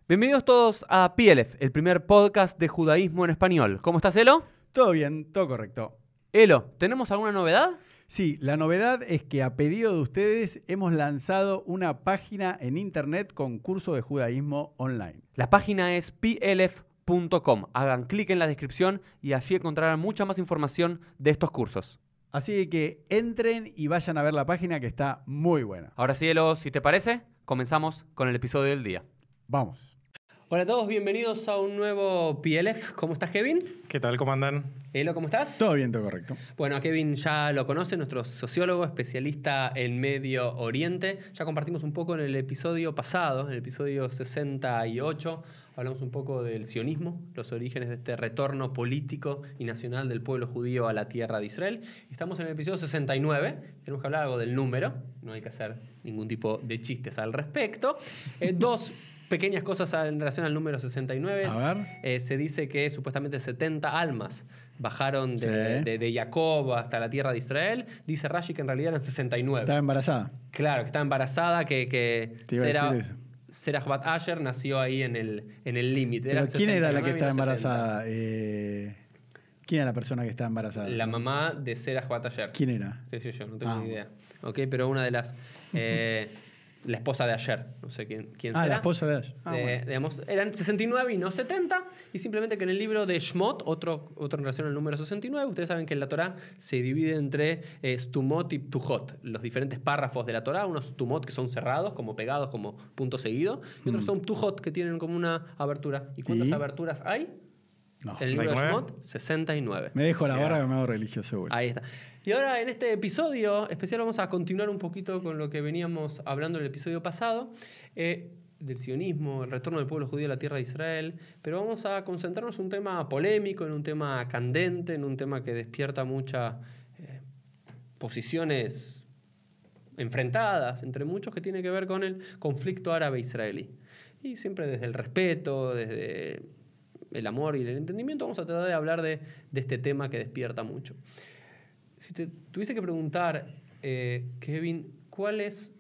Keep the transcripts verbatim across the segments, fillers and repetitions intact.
Bienvenidos todos a P L F, el primer podcast de judaísmo en español. ¿Cómo estás, Elo? Todo bien, todo correcto. Elo, ¿tenemos alguna novedad? Sí, la novedad es que a pedido de ustedes hemos lanzado una página en internet con curso de judaísmo online. La página es p l f punto com. Hagan clic en la descripción y allí encontrarán mucha más información de estos cursos. Así que entren y vayan a ver la página que está muy buena. Ahora sí, Elo, si te parece, comenzamos con el episodio del día. Vamos. Hola a todos, bienvenidos a un nuevo P L F. ¿Cómo estás, Kevin? ¿Qué tal? ¿Cómo andan? Elo, ¿cómo estás? Todo bien, todo correcto. Bueno, a Kevin ya lo conoce, nuestro sociólogo, especialista en Medio Oriente. Ya compartimos un poco en el episodio pasado, en el episodio sesenta y ocho. Hablamos un poco del sionismo, los orígenes de este retorno político y nacional del pueblo judío a la tierra de Israel. Estamos en el episodio sesenta y nueve. Tenemos que hablar algo del número. No hay que hacer ningún tipo de chistes al respecto. Eh, dos pequeñas cosas en relación al número sesenta y nueve. A ver. Eh, se dice que supuestamente setenta almas bajaron de, Sí. de, de Jacob hasta la tierra de Israel. Dice Rashi que en realidad eran sesenta y nueve. Estaba embarazada. Claro, que estaba embarazada, que, que Te iba a Sera, decir eso. Serach Bat Asher nació ahí en el en el límite. Pero Eran ¿quién era la sesenta y que nueve y estaba no setenta. embarazada? Eh, ¿Quién era la persona que estaba embarazada? La mamá de Serach Bat Asher. ¿Quién era? Qué sé yo, no tengo Ah, ni idea. Ok, pero una de las... eh, la esposa de Asher, no sé quién, quién Ah, será. la esposa de Ash. Ah, Eh, bueno. digamos, eran sesenta y nueve y no setenta, y simplemente que en el libro de Shmot, otro, otro en relación al número sesenta y nueve, ustedes saben que en la Torá se divide entre eh, Stumot y Ptujot, los diferentes párrafos de la Torá, unos Stumot que son cerrados, como pegados, como punto seguido, y otros Mm. son Ptujot que tienen como una abertura. ¿Y cuántas ¿Y? aberturas hay? No. En el libro de ¿sesenta y nueve? Shmot, sesenta y nueve. Me dejo la Mirá. barra que me hago religioso, seguro. Ahí está. Y ahora en este episodio especial vamos a continuar un poquito con lo que veníamos hablando en el episodio pasado, eh, del sionismo, el retorno del pueblo judío a la tierra de Israel, pero vamos a concentrarnos en un tema polémico, en un tema candente, en un tema que despierta muchas eh, posiciones enfrentadas entre muchos, que tiene que ver con el conflicto árabe-israelí. Y siempre desde el respeto, desde el amor y el entendimiento, vamos a tratar de hablar de, de este tema que despierta mucho. Si te tuviese que preguntar, eh, Kevin, ¿cuál es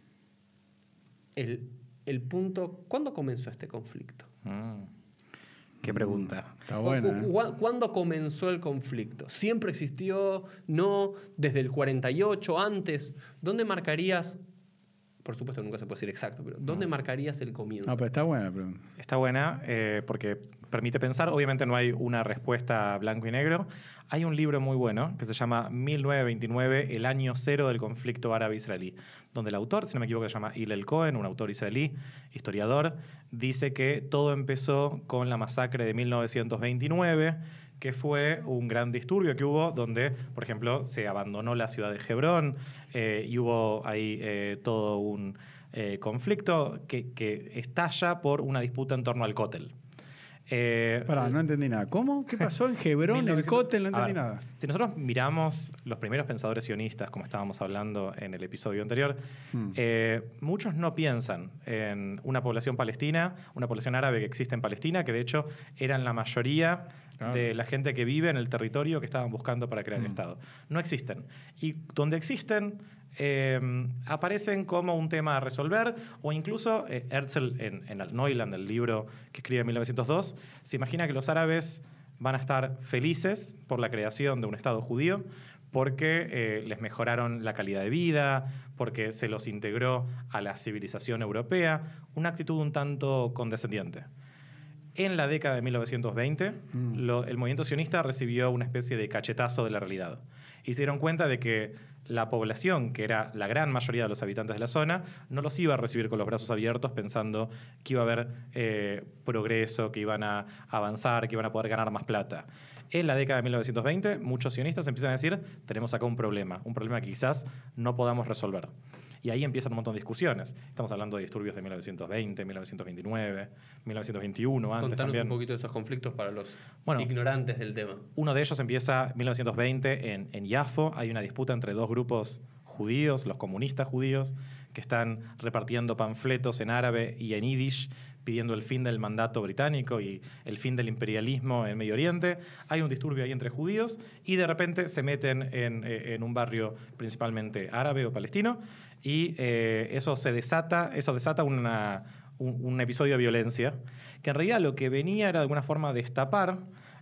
el, el punto, cuándo comenzó este conflicto? Mm, qué pregunta. Está buena. ¿Cu- ¿eh? cu- ¿Cuándo comenzó el conflicto? ¿Siempre existió? ¿No? ¿Desde el cuarenta y ocho? ¿Antes? ¿Dónde marcarías, por supuesto nunca se puede decir exacto, pero ¿dónde marcarías el comienzo? No, pero está buena la pregunta. Está buena eh, porque permite pensar. Obviamente no hay una respuesta blanco y negro. Hay un libro muy bueno que se llama mil novecientos veintinueve, el año cero del conflicto árabe-israelí, donde el autor, si no me equivoco, se llama Hillel Cohen, un autor israelí, historiador, dice que todo empezó con la masacre de mil novecientos veintinueve, que fue un gran disturbio que hubo donde, por ejemplo, se abandonó la ciudad de Hebrón eh, y hubo ahí eh, todo un eh, conflicto que, que estalla por una disputa en torno al cótel. Eh, Pará, no entendí nada. ¿Cómo? ¿Qué pasó en Hebrón, en el mil novecientos Cótel? No A entendí ver, nada. Si nosotros miramos los primeros pensadores sionistas, como estábamos hablando en el episodio anterior, Hmm. eh, muchos no piensan en una población palestina, una población árabe que existe en Palestina, que de hecho eran la mayoría Claro. de la gente que vive en el territorio que estaban buscando para crear el Mm. Estado. No existen. Y donde existen, eh, aparecen como un tema a resolver, o incluso eh, Herzl en, en el Neuland, el libro que escribe en mil novecientos dos, se imagina que los árabes van a estar felices por la creación de un Estado judío, porque eh, les mejoraron la calidad de vida, porque se los integró a la civilización europea, una actitud un tanto condescendiente. En la década de mil novecientos veinte, Mm. lo- el movimiento sionista recibió una especie de cachetazo de la realidad. Y se dieron cuenta de que la población, que era la gran mayoría de los habitantes de la zona, no los iba a recibir con los brazos abiertos pensando que iba a haber eh, progreso, que iban a avanzar, que iban a poder ganar más plata. En la década de mil novecientos veinte, muchos sionistas empiezan a decir, tenemos acá un problema, un problema que quizás no podamos resolver. Y ahí empiezan un montón de discusiones. Estamos hablando de disturbios de mil novecientos veinte, mil novecientos veintinueve, mil novecientos veintiuno, antes Contanos también. un poquito de esos conflictos para los Bueno. ignorantes del tema. Uno de ellos empieza en mil novecientos veinte en, en Yafo. Hay una disputa entre dos grupos judíos, los comunistas judíos, que están repartiendo panfletos en árabe y en yiddish pidiendo el fin del mandato británico y el fin del imperialismo en Medio Oriente. Hay un disturbio ahí entre judíos y de repente se meten en, en un barrio principalmente árabe o palestino y eh, eso se desata, eso desata una, un, un episodio de violencia, que en realidad lo que venía era de alguna forma destapar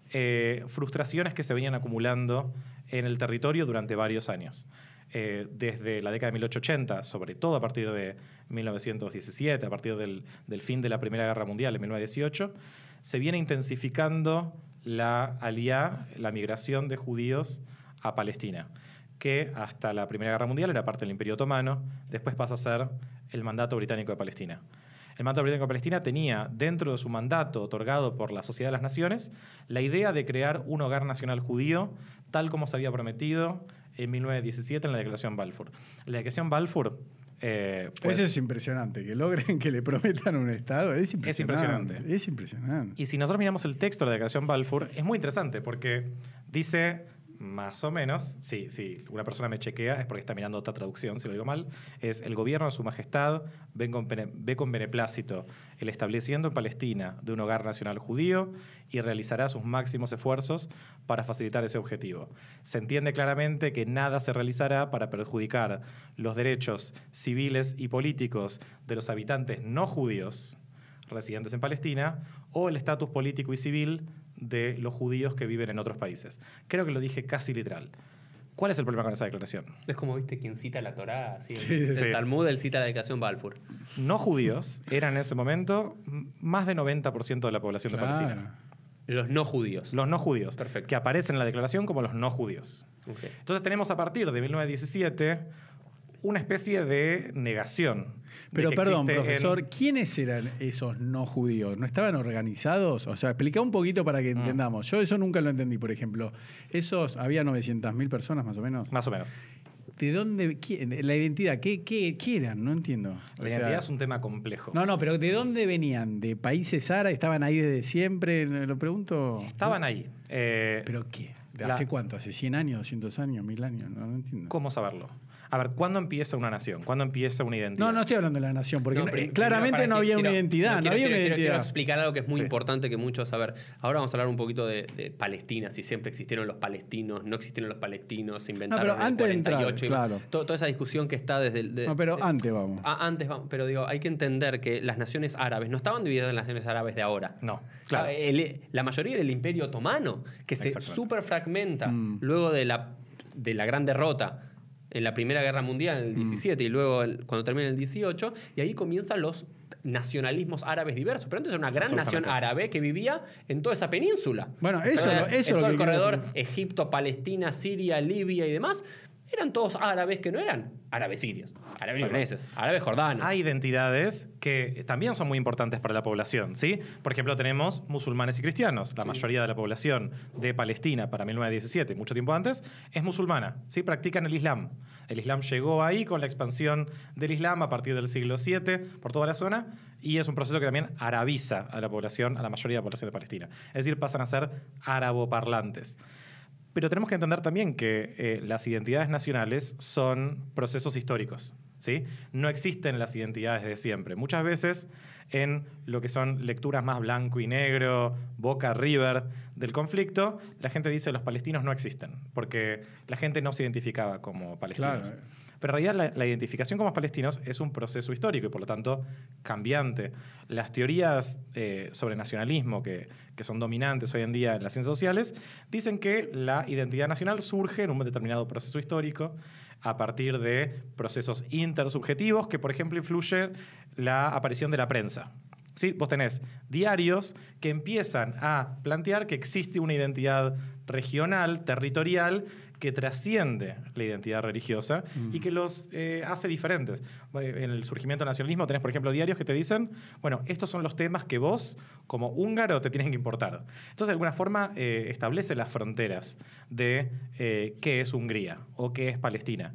eh, frustraciones que se venían acumulando en el territorio durante varios años. Eh, desde la década de mil ochocientos ochenta, sobre todo a partir de mil novecientos diecisiete, a partir del, del fin de la Primera Guerra Mundial en mil novecientos dieciocho, se viene intensificando la aliyá, la migración de judíos a Palestina, que hasta la Primera Guerra Mundial era parte del Imperio Otomano, después pasa a ser el Mandato Británico de Palestina. El Mandato Británico de Palestina tenía, dentro de su mandato otorgado por la Sociedad de las Naciones, la idea de crear un hogar nacional judío, tal como se había prometido en mil novecientos diecisiete en la Declaración Balfour. La Declaración Balfour... Eh, pues, Eso es impresionante, que logren que le prometan un Estado, es impresionante. Es impresionante. Es impresionante. Y si nosotros miramos el texto de la Declaración Balfour, es muy interesante porque dice... Más o menos, sí, sí, una persona me chequea, es porque está mirando otra traducción, si lo digo mal, es el gobierno de su majestad ve con, ve con beneplácito el establecimiento en Palestina de un hogar nacional judío y realizará sus máximos esfuerzos para facilitar ese objetivo. Se entiende claramente que nada se realizará para perjudicar los derechos civiles y políticos de los habitantes no judíos residentes en Palestina o el estatus político y civil de los judíos que viven en otros países. Creo que lo dije casi literal. ¿Cuál es el problema con esa declaración? Es como, viste, quien cita la Torá, así, Sí, el, sí. el Talmud, él cita la Declaración Balfour. No judíos eran en ese momento más de noventa por ciento de la población Claro. de Palestina. Los no judíos. Los no judíos, Perfecto. que aparecen en la declaración como los no judíos. Okay. Entonces tenemos a partir de mil novecientos diecisiete una especie de negación. de Pero que perdón, existe profesor, en- ¿quiénes eran esos no judíos? ¿No estaban organizados? O sea, explica un poquito para que Mm. entendamos. Yo eso nunca lo entendí, por ejemplo. Esos, había novecientas mil personas más o menos. Más o menos. ¿De dónde? quién- la identidad, ¿qué, qué, qué eran? No entiendo. O La sea, identidad es un tema complejo. No, no, pero ¿de dónde venían? ¿De países árabes? ¿Estaban ahí desde siempre? Lo pregunto. Estaban ahí. Eh, ¿Pero qué? ¿De la- hace cuánto? ¿Hace cien años, doscientos años, mil años? No, no entiendo. ¿Cómo saberlo? A ver, ¿cuándo empieza una nación? ¿Cuándo empieza una identidad? No, no estoy hablando de la nación, porque No, no- pero eh, primero, claramente para no que había quiero- una identidad, no, quiero- había quiero- una quiero- identidad. Quiero explicar algo que es muy Sí. importante que muchos saber. Ahora vamos a hablar un poquito de, de Palestina, si siempre existieron los palestinos, no existieron los palestinos, se inventaron pero en el antes de entrar, cuarenta y ocho. y claro. to- toda esa discusión que está desde el... de- No, pero de- antes vamos. Ah, antes vamos, pero digo, hay que entender que las naciones árabes no estaban divididas en las naciones árabes de ahora. No, claro. Ah, el- la mayoría era el Imperio Otomano, que se Exactamente. super fragmenta Mm. luego de la, de la gran derrota en la Primera Guerra Mundial en el diecisiete y luego el- cuando termina el dieciocho, y ahí comienzan los nacionalismos árabes diversos. Pero antes era una gran nación Absolutamente. árabe que vivía en toda esa península. Bueno, O sea, eso lo- en eso todo lo el que quiero corredor preguntar. Egipto, Palestina, Siria, Libia y demás, eran todos árabes que no eran árabes sirios, árabes libaneses, árabes jordanos. Hay identidades que también son muy importantes para la población, ¿sí? Por ejemplo, tenemos musulmanes y cristianos. La Sí. mayoría de la población de Palestina para mil novecientos diecisiete, mucho tiempo antes, es musulmana, ¿sí? Practican el Islam. El Islam llegó ahí con la expansión del Islam a partir del siglo siete por toda la zona y es un proceso que también arabiza a la población, a la mayoría de la población de Palestina. Es decir, pasan a ser árabe-parlantes. Pero tenemos que entender también que eh, las identidades nacionales son procesos históricos, ¿sí? No existen las identidades de siempre. Muchas veces en lo que son lecturas más blanco y negro, Boca River del conflicto, la gente dice los palestinos no existen, porque la gente no se identificaba como palestinos. Claro. Pero en realidad la, la identificación como palestinos es un proceso histórico y por lo tanto cambiante. Las teorías eh, sobre nacionalismo que, que son dominantes hoy en día en las ciencias sociales dicen que la identidad nacional surge en un determinado proceso histórico a partir de procesos intersubjetivos que, por ejemplo, influye la aparición de la prensa. ¿Sí? Vos tenés diarios que empiezan a plantear que existe una identidad regional, territorial, que trasciende la identidad religiosa Mm. y que los eh, hace diferentes. En el surgimiento del nacionalismo tenés, por ejemplo, diarios que te dicen, bueno, estos son los temas que vos, como húngaro, te tienen que importar. Entonces, de alguna forma, eh, establece las fronteras de eh, qué es Hungría o qué es Palestina.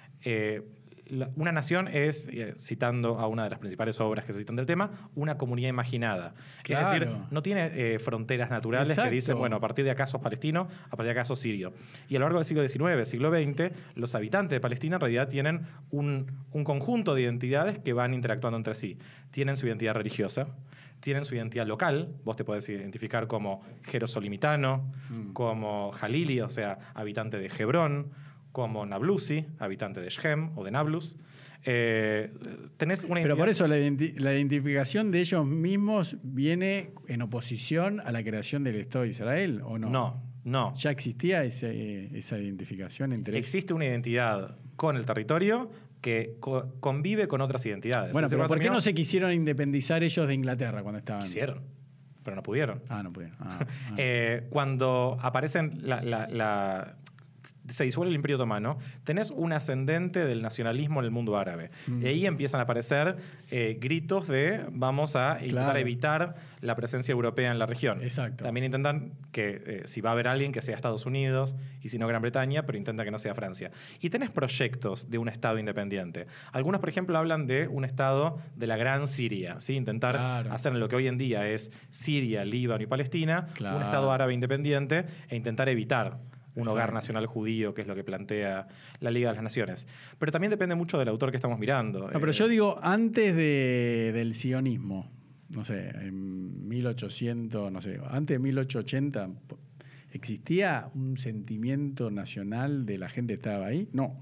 Eh, la- una nación es, eh, citando a una de las principales obras que se citan del tema, una comunidad imaginada. Claro. Es decir, no tiene eh, fronteras naturales Exacto. que dicen, bueno, a partir de acá sos palestino, a partir de acá sos sirio. Y a lo largo del siglo diecinueve, siglo veinte, los habitantes de Palestina en realidad tienen un, un conjunto de identidades que van interactuando entre sí. Tienen su identidad religiosa, tienen su identidad local, vos te podés identificar como jerosolimitano, Mm. como jalili, o sea, habitante de Hebrón, como Nablusi, habitante de Shem o de Nablus. Eh, tenés una Pero por identidad- eso la, identi- la identificación de ellos mismos viene en oposición a la creación del Estado de Israel, ¿o no? No, no. ¿Ya existía ese, esa identificación entre ellos? Existe una identidad con el territorio que co- convive con otras identidades. Bueno, Es decir, pero cuando ¿por qué terminó- no se quisieron independizar ellos de Inglaterra cuando estaban? Quisieron, pero no pudieron. Ah, no pudieron. Ah, ah. Eh, cuando aparecen la, la- la- se disuelve el Imperio Otomano, tenés un ascendente del nacionalismo en el mundo árabe. Mm. Y ahí empiezan a aparecer eh, gritos de vamos a intentar Claro. evitar la presencia europea en la región. Exacto. También intentan que eh, si va a haber alguien que sea Estados Unidos y si no Gran Bretaña, pero intenta que no sea Francia. Y tenés proyectos de un Estado independiente. Algunos, por ejemplo, hablan de un Estado de la Gran Siria, ¿sí? Intentar Claro. hacer en lo que hoy en día es Siria, Líbano y Palestina Claro. un Estado árabe independiente e intentar evitar un hogar Exacto. nacional judío, que es lo que plantea la Liga de las Naciones. Pero también depende mucho del autor que estamos mirando. No, pero Eh, yo digo, antes de- del sionismo, no sé, en mil ochocientos, no sé, antes de mil ochocientos ochenta, ¿existía un sentimiento nacional de la gente que estaba ahí? No.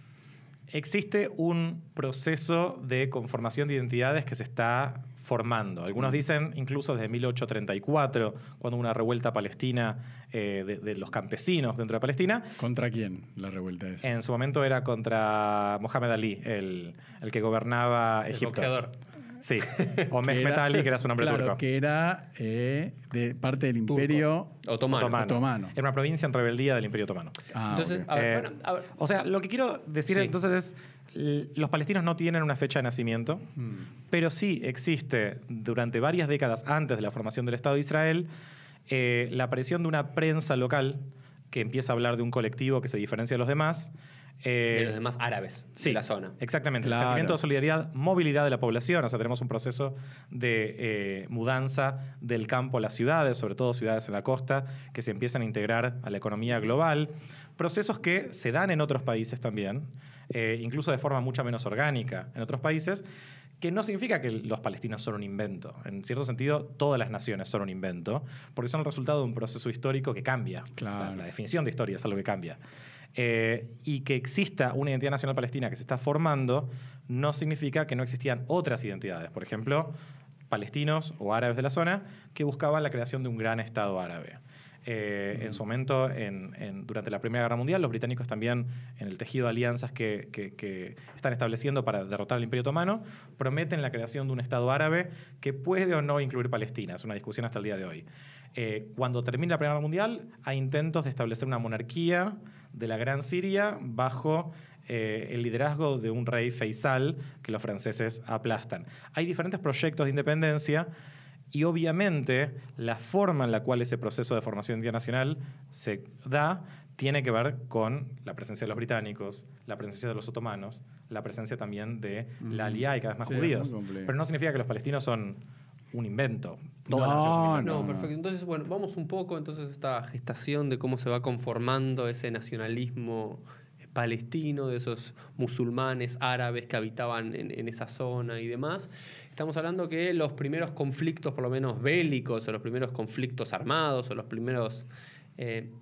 Existe un proceso de conformación de identidades que se está formando. Algunos dicen incluso desde mil ochocientos treinta y cuatro, cuando hubo una revuelta palestina eh, de, de los campesinos dentro de Palestina. ¿Contra quién la revuelta esa? En su momento era contra Mohamed Ali, el, el que gobernaba El Egipto. boxeador. Sí, o Que Mehmet era- Ali, que era su nombre claro, turco. que era eh, de parte del imperio Otomano. Otomano. Otomano. Era una provincia en rebeldía del Imperio Otomano. Ah, Entonces, ok. a ver, Eh, bueno, a ver. O sea, lo que quiero decir Sí. entonces es, l- los palestinos no tienen una fecha de nacimiento, Mm. pero sí existe durante varias décadas antes de la formación del Estado de Israel eh, la aparición de una prensa local que empieza a hablar de un colectivo que se diferencia de los demás. eh, de los demás árabes Sí, de la zona. exactamente. Claro. El sentimiento de solidaridad, movilidad de la población. O sea, tenemos un proceso de eh, mudanza del campo a las ciudades, sobre todo ciudades en la costa, que se empiezan a integrar a la economía global. Procesos que se dan en otros países también, eh, incluso de forma mucho menos orgánica en otros países, que no significa que los palestinos son un invento. En cierto sentido, todas las naciones son un invento, porque son el resultado de un proceso histórico que cambia. Claro. La, la definición de historia es algo que cambia. Eh, y que exista una identidad nacional palestina que se está formando no significa que no existían otras identidades. Por ejemplo, palestinos o árabes de la zona que buscaban la creación de un gran Estado árabe. Eh, en su momento, en- en- durante la Primera Guerra Mundial, los británicos también, en el tejido de alianzas que, que- que están estableciendo para derrotar al Imperio Otomano, prometen la creación de un Estado árabe que puede o no incluir Palestina. Es una discusión hasta el día de hoy. Eh, cuando termina la Primera Guerra Mundial, hay intentos de establecer una monarquía de la Gran Siria bajo eh, el liderazgo de un rey Faisal que los franceses aplastan. Hay diferentes proyectos de independencia y obviamente la forma en la cual ese proceso de formación internacional se da tiene que ver con la presencia de los británicos, la presencia de los otomanos, la presencia también de la alianza y cada vez más Sí, es judíos. muy complejo. Pero no significa que los palestinos son un invento. Todas No, las naciones son un invento. No, no, no. perfecto. Entonces, bueno, vamos un poco entonces a esta gestación de cómo se va conformando ese nacionalismo palestino, de esos musulmanes árabes que habitaban en, en esa zona y demás. Estamos hablando que los primeros conflictos, por lo menos bélicos, o los primeros conflictos armados, o los primeros eh,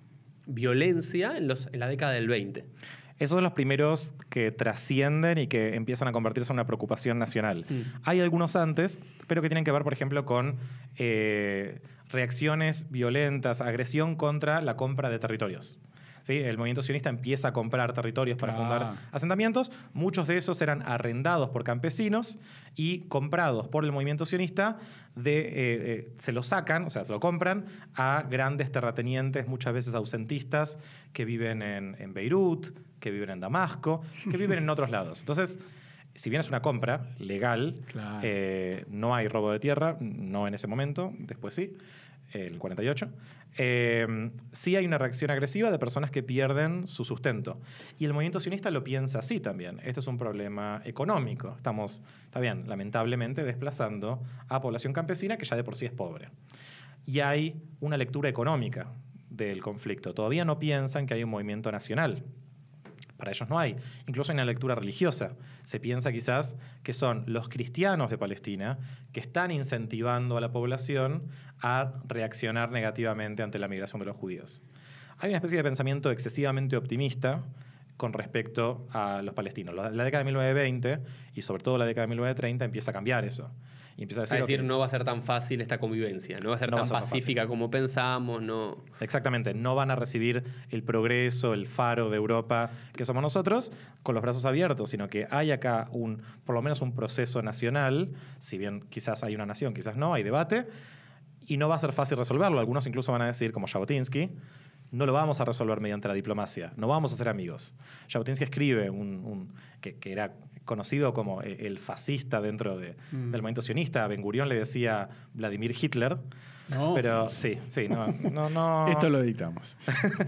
violencia en, los, en la década del veinte. Esos son los primeros que trascienden y que empiezan a convertirse en una preocupación nacional. Mm. Hay algunos antes, pero que tienen que ver, por ejemplo, con eh, reacciones violentas, agresión contra la compra de territorios. ¿Sí? El movimiento sionista empieza a comprar territorios para Claro. fundar asentamientos. Muchos de esos eran arrendados por campesinos y comprados por el movimiento sionista. De, eh, eh, se lo sacan, o sea, se lo compran a grandes terratenientes, muchas veces ausentistas, que viven en, en Beirut, que viven en Damasco, que viven en otros lados. Entonces, si bien es una compra legal, Claro. eh, no hay robo de tierra, no en ese momento, después sí, el cuarenta y ocho. Eh, sí hay una reacción agresiva de personas que pierden su sustento. Y el movimiento sionista lo piensa así también. Este es un problema económico. Estamos, está bien, lamentablemente desplazando a población campesina que ya de por sí es pobre. Y hay una lectura económica del conflicto. Todavía no piensan que hay un movimiento nacional. Para ellos no hay. Incluso hay una lectura religiosa. Se piensa quizás que son los cristianos de Palestina que están incentivando a la población a reaccionar negativamente ante la migración de los judíos. Hay una especie de pensamiento excesivamente optimista con respecto a los palestinos. La, la década de mil novecientos veinte y sobre todo la década de mil novecientos treinta empieza a cambiar eso. Y empieza a decir, a decir okay, no va a ser tan fácil esta convivencia, no va a ser no tan va a ser tan pacífica fácil. como pensamos, no. Exactamente, no van a recibir el progreso, el faro de Europa que somos nosotros con los brazos abiertos, sino que hay acá un, por lo menos un proceso nacional, si bien quizás hay una nación, quizás no, hay debate, y no va a ser fácil resolverlo. Algunos incluso van a decir, como Jabotinsky, no lo vamos a resolver mediante la diplomacia, no vamos a ser amigos. Jabotinsky escribe, un, un, que, que era conocido como el fascista dentro de, mm. del movimiento sionista. A Ben Gurión le decía Vladimir Hitler. No. Pero sí, sí, no, no, no. Esto lo editamos.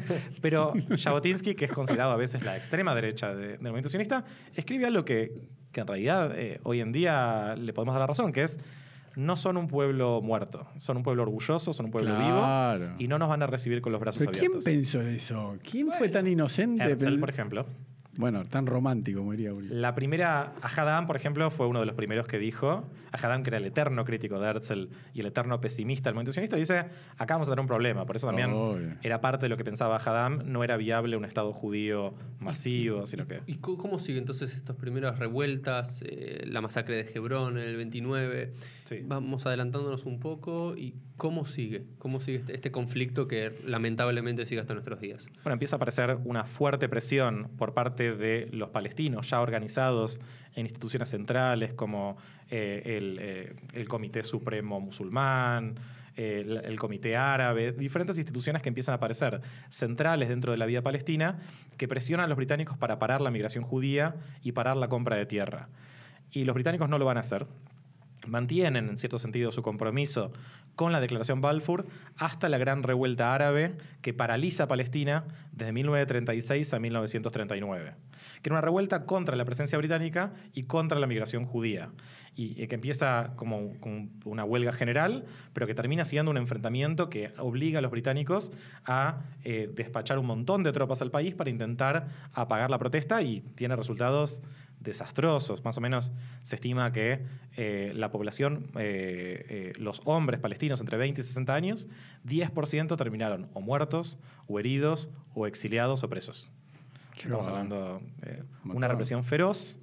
Pero Jabotinsky, que es considerado a veces la extrema derecha de, del movimiento sionista, escribe algo que, que en realidad eh, hoy en día le podemos dar la razón, que es: no son un pueblo muerto, son un pueblo orgulloso, son un pueblo claro. vivo y no nos van a recibir con los brazos ¿Pero abiertos. ¿Quién pensó eso? ¿Quién bueno, fue tan inocente? Herzl, por ejemplo. Bueno, tan romántico, como diría Uri. La primera, Ahadam, por ejemplo, fue uno de los primeros que dijo, Ahadam, que era el eterno crítico de Herzl y el eterno pesimista del movimiento sionista, dice, acá vamos a tener un problema. Por eso también oh, yeah. era parte de lo que pensaba Ahadam, no era viable un Estado judío masivo, ¿Y, sino que... ¿Y cómo sigue entonces estas primeras revueltas, eh, la masacre de Hebrón en el veintinueve? Sí. Vamos adelantándonos un poco, ¿y cómo sigue? ¿Cómo sigue este, este conflicto que lamentablemente sigue hasta nuestros días? Bueno, empieza a aparecer una fuerte presión por parte de los palestinos ya organizados en instituciones centrales como eh, el, eh, el Comité Supremo Musulmán, eh, el, el Comité Árabe, diferentes instituciones que empiezan a aparecer centrales dentro de la vida palestina que presionan a los británicos para parar la migración judía y parar la compra de tierra. Y los británicos no lo van a hacer. Mantienen, en cierto sentido, su compromiso con la Declaración Balfour hasta la gran revuelta árabe que paraliza Palestina desde mil novecientos treinta y seis a mil novecientos treinta y nueve, que era una revuelta contra la presencia británica y contra la migración judía, y que empieza como, como una huelga general, pero que termina siendo un enfrentamiento que obliga a los británicos a eh, despachar un montón de tropas al país para intentar apagar la protesta, y tiene resultados desastrosos. Más o menos se estima que eh, la población, eh, eh, los hombres palestinos entre veinte y sesenta años, diez por ciento terminaron o muertos, o heridos, o exiliados, o presos. Estamos hablando de una represión feroz.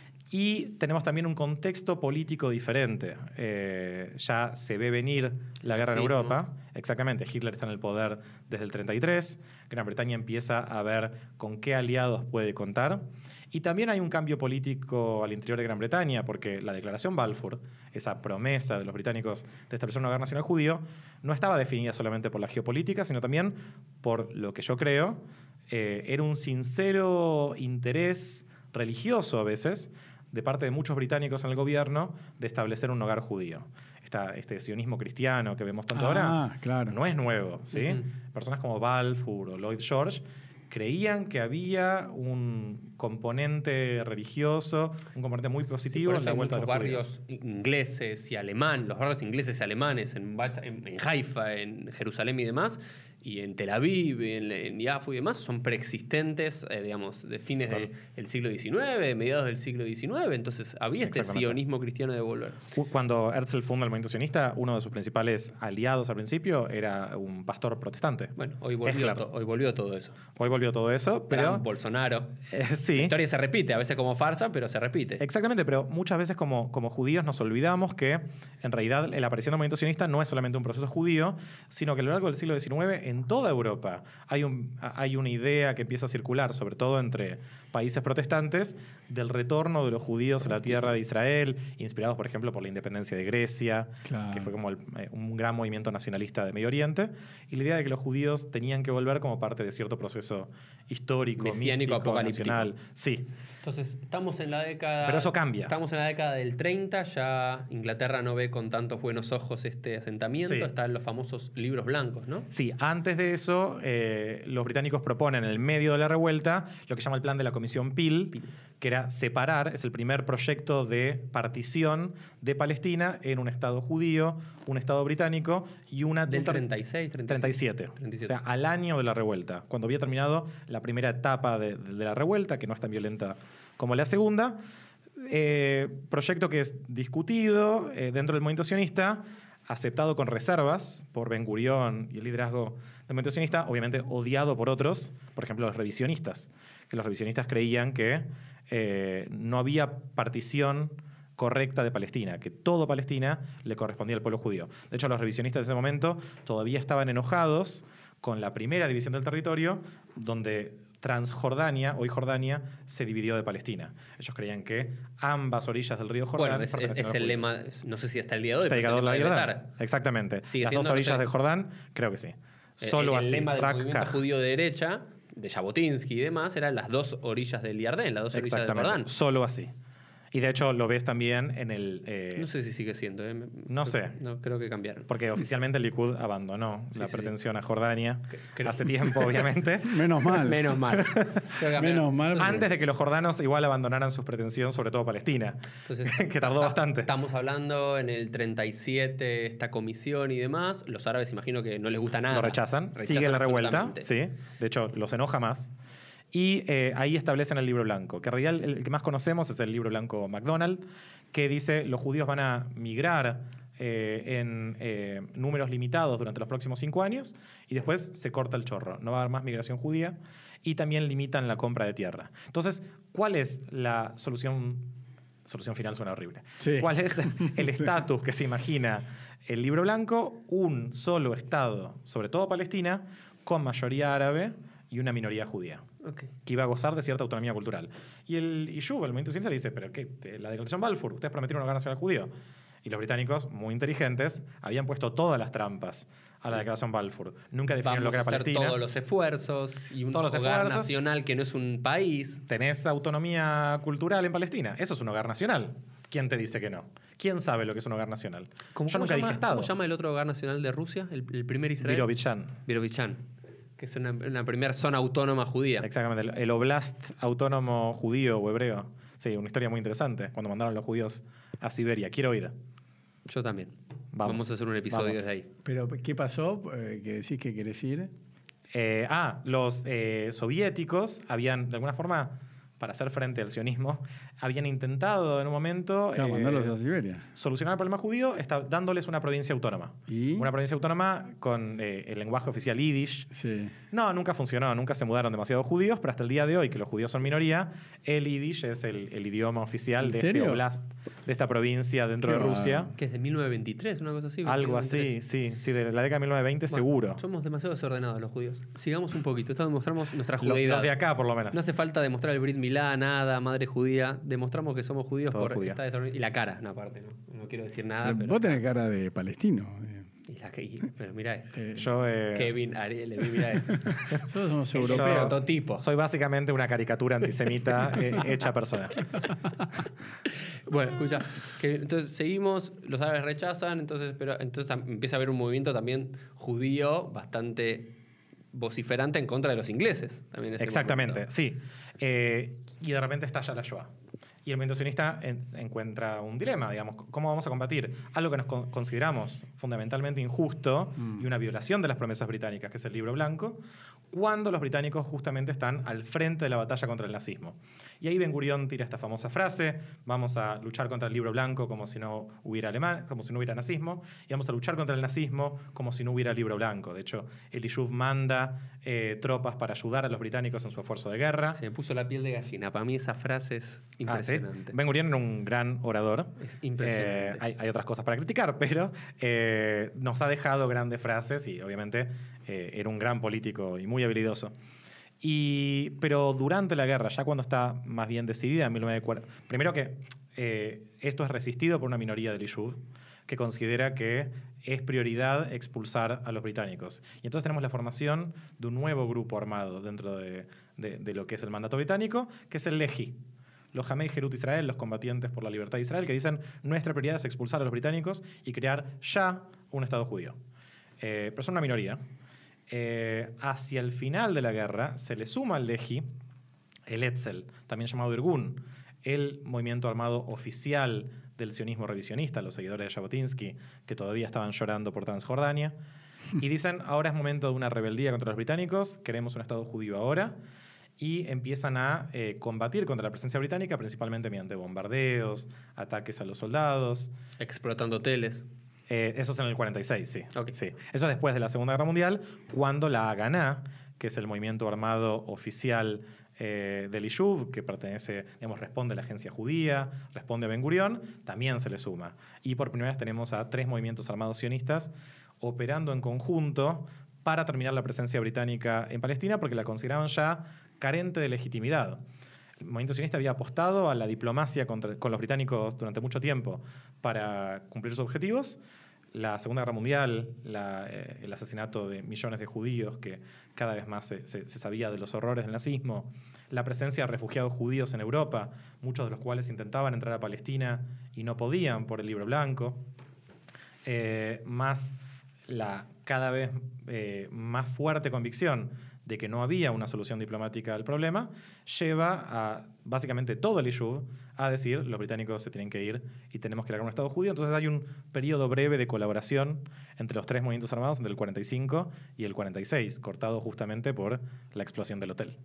Y tenemos también un contexto político diferente. Eh, ya se ve venir la guerra sí, en Europa. ¿no? Exactamente, Hitler está en el poder desde el treinta y tres. Gran Bretaña empieza a ver con qué aliados puede contar. Y también hay un cambio político al interior de Gran Bretaña, porque la Declaración Balfour, esa promesa de los británicos de establecer un hogar nacional judío, no estaba definida solamente por la geopolítica, sino también por lo que yo creo, eh, era un sincero interés religioso a veces, de parte de muchos británicos en el gobierno, de establecer un hogar judío. Esta, este sionismo cristiano que vemos tanto ah, ahora claro. no es nuevo, ¿sí? Uh-huh. Personas como Balfour o Lloyd George creían que había un componente religioso, un componente muy positivo sí, en la vuelta de los barrios judíos. ingleses y alemanes, los barrios ingleses y alemanes en, en, en Haifa, en Jerusalén y demás, y en Tel Aviv, en, en Yafo y demás, son preexistentes, eh, digamos, de fines claro. del el siglo diecinueve, mediados del siglo diecinueve, entonces había este sionismo cristiano de volver. Cuando Herzl funda el movimiento sionista, uno de sus principales aliados al principio era un pastor protestante. Bueno, hoy volvió, to, hoy volvió todo eso. Hoy volvió todo eso, pero... Trump, Bolsonaro. Eh, sí. La historia se repite, a veces como farsa, pero se repite. Exactamente, pero muchas veces como, como judíos nos olvidamos que en realidad la aparición del movimiento sionista no es solamente un proceso judío, sino que a lo largo del siglo diecinueve en toda Europa hay, un, hay una idea que empieza a circular, sobre todo entre países protestantes, del retorno de los judíos a la tierra de Israel, inspirados, por ejemplo, por la independencia de Grecia, claro. que fue como el, eh, un gran movimiento nacionalista de Medio Oriente, y la idea de que los judíos tenían que volver como parte de cierto proceso histórico, mesiánico, místico, apocalíptico. nacional. Sí. Entonces, estamos en la década... Pero eso cambia. Estamos en la década del treinta, ya Inglaterra no ve con tantos buenos ojos este asentamiento, sí. Están los famosos libros blancos, ¿no? Sí, antes de eso, eh, los británicos proponen en el medio de la revuelta lo que se llama el plan de la Comisión Peel, Peel, que era separar, es el primer proyecto de partición de Palestina en un Estado judío, un Estado británico y una... Del treinta y seis, treinta y siete. treinta y siete. O sea, al año de la revuelta, cuando había terminado la primera etapa de, de la revuelta, que no es tan violenta como la segunda. Eh, proyecto que es discutido eh, dentro del movimiento sionista aceptado con reservas por Ben Gurión y el liderazgo del movimiento sionista, obviamente odiado por otros, por ejemplo los revisionistas, que los revisionistas creían que eh, no había partición correcta de Palestina, que todo Palestina le correspondía al pueblo judío. De hecho, los revisionistas en ese momento todavía estaban enojados con la primera división del territorio, donde Transjordania, hoy Jordania, se dividió de Palestina. Ellos creían que ambas orillas del río Jordán... Bueno, es, es, es el lema, no sé si hasta el día de hoy, pero es el lema de Betar. Exactamente. Sigue Las siendo, dos orillas no sé, de Jordán, creo que sí. Solo el, así. el lema del Rak, movimiento Kaj. judío de derecha, de Jabotinsky y demás, eran las dos orillas del Yardén, las dos orillas del Exactamente. Jordán. Solo así. Y de hecho lo ves también en el... Eh, No sé si sigue siendo. ¿eh? No sé. No, creo que cambiaron. Porque oficialmente el Likud abandonó Sí, la sí, pretensión a Jordania Creo- hace tiempo, obviamente. Menos mal. Menos mal. Creo que cambiaron. Menos mal. porque- Antes de que los jordanos igual abandonaran sus pretensiones, sobre todo Palestina, Entonces, que tardó está- bastante. Estamos hablando en el treinta y siete, esta comisión y demás. Los árabes imagino que no les gusta nada. Lo rechazan, sigue la revuelta, sí. De hecho, los enoja más. Y eh, ahí establecen el libro blanco, que en realidad el, el que más conocemos es el libro blanco McDonald, que dice los judíos van a migrar eh, en eh, números limitados durante los próximos cinco años y después se corta el chorro, no va a haber más migración judía y también limitan la compra de tierra. Entonces, ¿cuál es la solución? Solución final suena horrible. Sí. ¿Cuál es el estatus que se imagina el libro blanco? Un solo Estado, sobre todo Palestina, con mayoría árabe y una minoría judía, Okay. que iba a gozar de cierta autonomía cultural. Y el Yishuv, el movimiento sionista, le dice, pero ¿qué? La declaración Balfour, ustedes prometieron un hogar nacional judío. Y los británicos, muy inteligentes, habían puesto todas las trampas a la declaración Balfour. Nunca definieron Vamos lo que a era hacer Palestina. todos los esfuerzos y un Todos los hogar esfuerzos. nacional que no es un país. Tenés autonomía cultural en Palestina. Eso es un hogar nacional. ¿Quién te dice que no? ¿Quién sabe lo que es un hogar nacional? ¿Cómo, Yo cómo nunca llama, dije Estado. ¿Cómo llama el otro hogar nacional de Rusia? El, el primer Israel. Birovitchan. Birovitchan, que es una, una primera zona autónoma judía. Exactamente, el, el oblast autónomo judío o hebreo. Sí, una historia muy interesante, cuando mandaron a los judíos a Siberia. Quiero ir. Yo también. Vamos. Vamos, a hacer un episodio Vamos. desde ahí. Pero, ¿qué pasó? Eh, que decís que querés ir. Eh, ah, los eh, soviéticos habían, de alguna forma, para hacer frente al sionismo, habían intentado en un momento Claro, eh, mandarlos a Siberia. solucionar el problema judío está dándoles una provincia autónoma. ¿Y? Una provincia autónoma con eh, el lenguaje oficial yiddish. Sí. No, nunca funcionó, nunca se mudaron demasiados judíos, pero hasta el día de hoy, que los judíos son minoría, el yiddish es el, el idioma oficial ¿En de serio? este oblast, de esta provincia dentro Qué de Rusia. bárbaro. Que es de mil novecientos veintitrés, una cosa así. Algo mil novecientos así, veintitrés. sí, sí, de la década de mil novecientos veinte Bueno, seguro. Somos demasiado desordenados los judíos. Sigamos un poquito. Esto demostramos nuestra Lo- judeidad. los de acá, por lo menos. No hace falta demostrar el Brit Milá, nada, madre judía. Demostramos que somos judíos Todo por judío. esta desorden- Y la cara, una parte, ¿no? No quiero decir nada, Pero pero... vos tenés cara de palestino. eh. Y la que- y- pero mira esto. Eh, Yo eh, Kevin, Ariel, mira esto. Nosotros somos El europeos. prototipo. soy básicamente una caricatura antisemita eh, hecha persona. Bueno, escucha, que entonces seguimos, los árabes rechazan, entonces, pero entonces tam- empieza a haber un movimiento también judío bastante vociferante en contra de los ingleses. También en ese Exactamente, momento. sí. Eh, y de repente estalla la Shoah. Y el movimiento sionista en- encuentra un dilema, digamos, ¿cómo vamos a combatir algo que nos con- consideramos fundamentalmente injusto Mm. y una violación de las promesas británicas, que es el libro blanco, cuando los británicos justamente están al frente de la batalla contra el nazismo? Y ahí Ben Gurión tira esta famosa frase, vamos a luchar contra el libro blanco como si no hubiera alemán, como si no hubiera nazismo, y vamos a luchar contra el nazismo como si no hubiera libro blanco. De hecho, el Yishuv manda eh, tropas para ayudar a los británicos en su esfuerzo de guerra. Se me puso la piel de gallina. Para mí esa frase es Ah, ¿sí? impresionante. Ben Gurión era un gran orador. Es impresionante. Eh, hay, hay otras cosas para criticar, pero eh, nos ha dejado grandes frases y obviamente eh, era un gran político y muy habilidoso. Y, pero durante la guerra, ya cuando está más bien decidida en mil novecientos cuarenta, primero que eh, esto es resistido por una minoría del Yishuv que considera que es prioridad expulsar a los británicos. Y entonces tenemos la formación de un nuevo grupo armado dentro de, de- de lo que es el mandato británico, que es el Lehi. Los Hamei Herut Israel, los combatientes por la libertad de Israel, que dicen nuestra prioridad es expulsar a los británicos y crear ya un Estado judío. Eh, pero son una minoría. Eh, hacia el final de la guerra se le suma al Lehi el Etzel, también llamado Irgun, el movimiento armado oficial del sionismo revisionista, los seguidores de Jabotinsky, que todavía estaban llorando por Transjordania, y dicen, ahora es momento de una rebeldía contra los británicos, queremos un Estado judío ahora, y empiezan a eh, combatir contra la presencia británica, principalmente mediante bombardeos, ataques a los soldados, Explotando hoteles. Eh, eso es en el cuarenta y seis, sí. Okay. sí. Eso es después de la Segunda Guerra Mundial, cuando la Haganá, que es el movimiento armado oficial eh, del Yishuv, que pertenece, digamos, responde a la agencia judía, responde a Ben Gurión, también se le suma. Y por primera vez tenemos a tres movimientos armados sionistas operando en conjunto para terminar la presencia británica en Palestina, porque la consideraban ya carente de legitimidad. El movimiento sionista había apostado a la diplomacia contra, con los británicos durante mucho tiempo para cumplir sus objetivos. La Segunda Guerra Mundial, la, eh, el asesinato de millones de judíos, que cada vez más se, se, se sabía de los horrores del nazismo, la presencia de refugiados judíos en Europa, muchos de los cuales intentaban entrar a Palestina y no podían por el Libro Blanco, eh, más la cada vez eh, más fuerte convicción de que no había una solución diplomática al problema, lleva a básicamente todo el Yishuv a decir los británicos se tienen que ir y tenemos que crear un Estado judío. Entonces hay un periodo breve de colaboración entre los tres movimientos armados, entre el cuarenta y cinco y el cuarenta y seis, cortado justamente por la explosión del hotel.